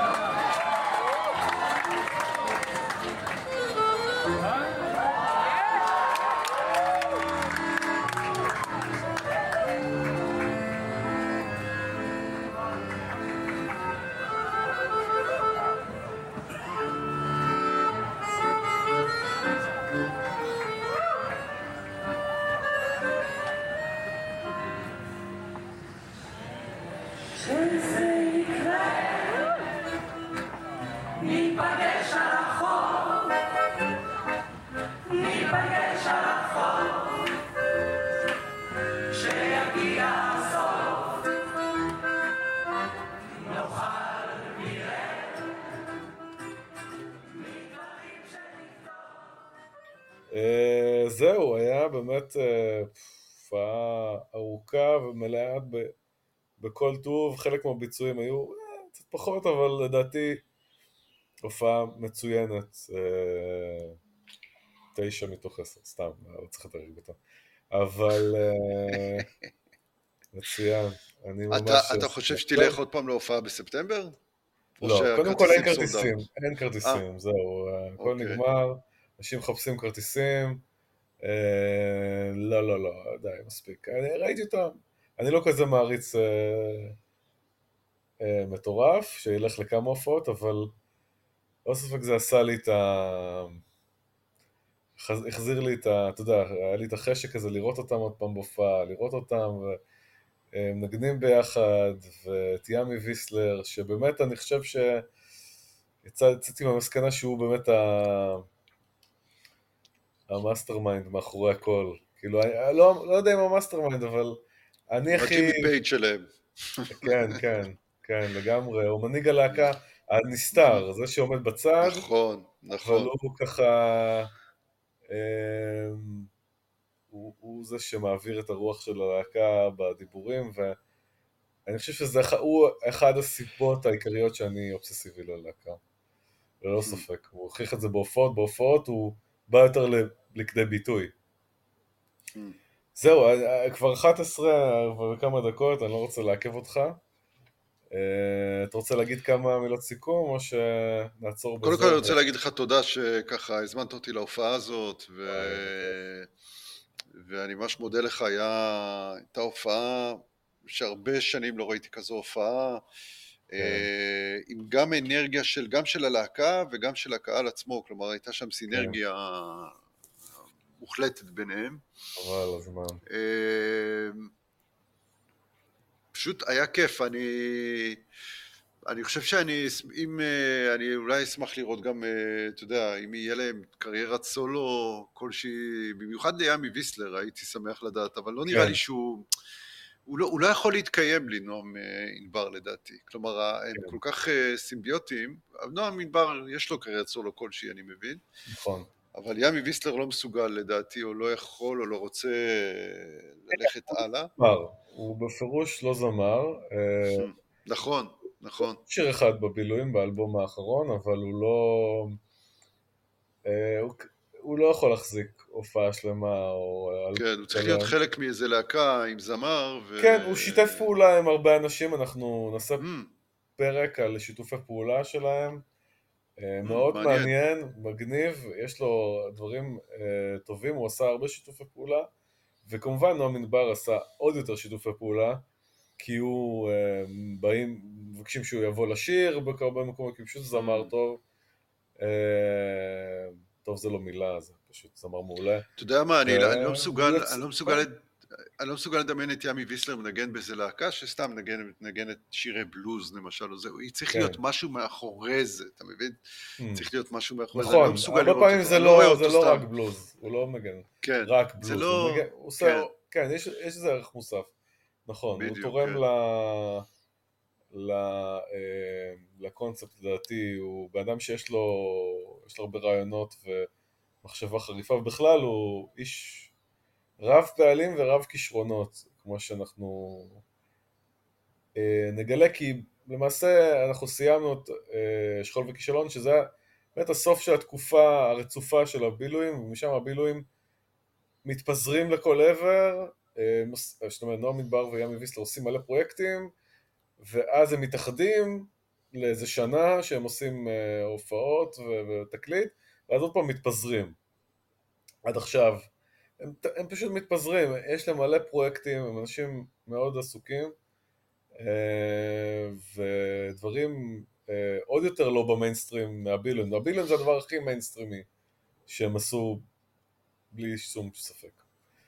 זהו, היה באמת הופעה ארוכה ומלאה בכל טוב, חלק מהביצועים היו קצת פחות, אבל לדעתי הופעה מצוינת, תשע מתוך עשר, סתם, לא צריך לתרג אותה, אבל מצוין, אני ממש... אתה חושב שתלך עוד פעם להופעה בספטמבר? לא, קודם כל אין כרטיסים, אין כרטיסים, זהו, הכל נגמר, אנשים מחפשים כרטיסים, לא, לא, לא, די, מספיק, ראיתי אותם, אני לא כזה מעריץ מטורף, שילך לכמה הופעות, אבל לא ספק זה עשה לי את ה... החזיר לי את ה... אתה יודע, היה לי את החשק הזה לראות אותם עוד פעם בהופעה, לראות אותם ומנגנים ביחד, ואת ימי ויסלר, שבאמת אני חושב שיצאתי מהמסקנה שהוא באמת ה... המאסטר מיינד מאחורי הכל. כאילו, אני לא, לא יודע אם המאסטר מיינד, אבל אני הכי... הג'ימי פייג' שלהם. כן, כן, כן, לגמרי. הוא מנהיג הלהקה הנסתר, זה שעומד בצד. נכון, נכון. אבל הוא ככה... הוא, הוא זה שמעביר את הרוח של הלהקה בדיבורים, ואני חושב שזה הוא אחד הסיבות העיקריות שאני אובססיבי ללהקה. ללא ספק. הוא הוכיח את זה בהופעות, בהופעות הוא בא יותר לכדי ביטוי. זהו, כבר אחת עשרה וכמה דקות, אני לא רוצה לעכב אותך. אתה רוצה להגיד כמה מילות סיכום, או שנעצור בזה? קודם כל אני רוצה להגיד לך תודה שככה הזמנת אותי להופעה הזאת, ואני ממש מודה לך, הייתה הופעה שהרבה שנים לא ראיתי כזו הופעה, עם גם אנרגיה של, גם של הלהקה וגם של הקהל עצמו, כלומר הייתה שם סינרגיה מוחלטת ביניהם. אבל הזמן. פשוט היה כיף, אני, אני חושב שאני, אם, אני אולי אשמח לראות גם, אתה יודע, אם יהיה להם קריירת סולו כלשהי, במיוחד לימי ויסלר, הייתי שמח לדעת, אבל לא נראה לי שהוא, הוא לא, הוא לא יכול להתקיים לי, נועם ענבר לדעתי, כלומר, הם כל כך סימביוטיים, נועם ענבר יש לו קריירת סולו כלשהי, אני מבין. נכון. אבל ימי ויסלר לא מסוגל לדעתי, או לא יכול, או לא רוצה ללכת הלאה. הוא בפירוש לא זמר. נכון, נכון. שיר אחד בבילויים באלבום האחרון, אבל הוא לא... הוא לא יכול להחזיק הופעה שלמה. כן, הוא צריך להיות חלק מאיזה להקה עם זמר. כן, הוא שיתף פעולה עם הרבה אנשים, אנחנו נעשה פרק על שיתופי פעולה שלהם. מאוד מעניין, מגניב, יש לו דברים טובים, הוא עשה הרבה שיתופי פעולה, וכמובן נועם ענבר עשה עוד יותר שיתופי פעולה, כי הוא באים, מבקשים שהוא יבוא לשיר בהרבה מקומות, כי פשוט זמר טוב, טוב זה לא מילה, זה פשוט זמר מעולה. אתה יודע מה, אני לא מסוגל, אני לא מסוגל, אני לא מסוגל לדמיין את ימי ויסלר מנגן באיזה להקה, שסתם נגן את שירי בלוז למשל, היא צריך להיות משהו מאחורי זה, אתה מבין? צריך להיות משהו מאחורי זה, אני לא מסוגל לראות אותו. הרבה פעמים זה לא רק בלוז, הוא לא מגן רק בלוז, הוא עושה, כן, יש איזה ערך מוסף, נכון, הוא תורם לקונספט לדעתי, הוא באדם שיש לו הרבה רעיונות ומחשבה חריפה, ובכלל הוא איש רב פעלים ורב כישרונות, כמו שאנחנו אה, נגלה, כי למעשה אנחנו סיימנו את אה, שכול וכישלון, שזה באמת הסוף של התקופה הרצופה של הבילויים, ומשם הבילויים מתפזרים לכל עבר, אה, זאת אומרת, נועם ענבר וימי ויסלר עושים מלא פרויקטים, ואז הם מתאחדים לאיזה שנה שהם עושים אה, הופעות ותקליט, ואז עוד פעם מתפזרים. עד עכשיו, הם, הם פשוט מתפזרים, יש להם מלא פרויקטים, הם אנשים מאוד עסוקים, ודברים עוד יותר לא במיינסטרים מהבילויים. הבילויים זה הדבר הכי מיינסטרימי שהם עשו בלי שום ספק.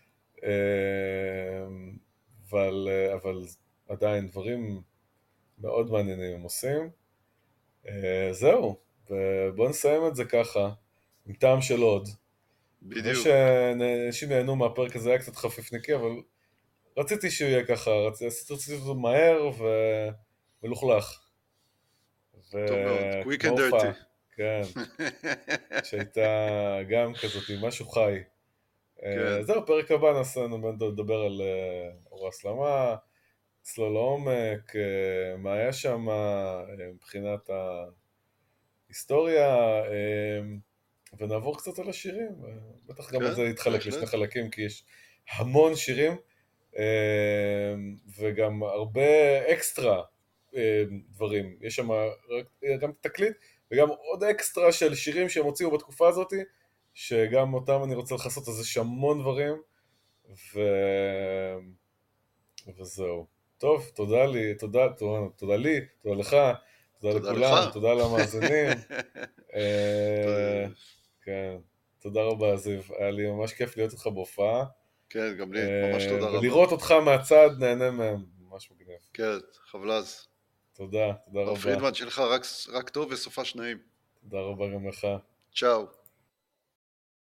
אבל, אבל עדיין דברים מאוד מעניינים הם עושים. זהו, ובואו נסיים את זה ככה, עם טעם של עוד. בדיוק. שאנשים נהנו מהפרק הזה, היה קצת חפיפניקי, אבל רציתי שהוא יהיה ככה, רציתי אותו מהר ולוכלך. טוב מאוד, quick and dirty. כן, שהייתה גם כזאת, משהו חי. זהו, פרק הבא נעשה, נדבר על אור ההסלמה, צלול לעומק, מה היה שם מבחינת ההיסטוריה, ונעבור קצת על השירים, בטח גם על זה להתחלק לשני חלקים, כי יש המון שירים, וגם הרבה אקסטרה דברים, יש שם גם תקליט, וגם עוד אקסטרה של שירים שהם הוציאו בתקופה הזאת, שגם אותם אני רוצה לחסות, אז יש המון דברים, ו... וזהו. טוב, תודה לי, תודה, תודה, תודה לי, תודה לך, תודה לכולם, תודה למאזינים. כן, תודה רבה זיו, היה לי ממש כיף להיות איתך בהופעה. כן, גם לי, ממש תודה רבה. ולראות אותך מהצד, נהנה מהם, ממש מגניב. כן, חבלז. תודה, תודה רבה. פרידמן, שלך רק טוב וסופה שניים. תודה רבה גם לך. צ'או.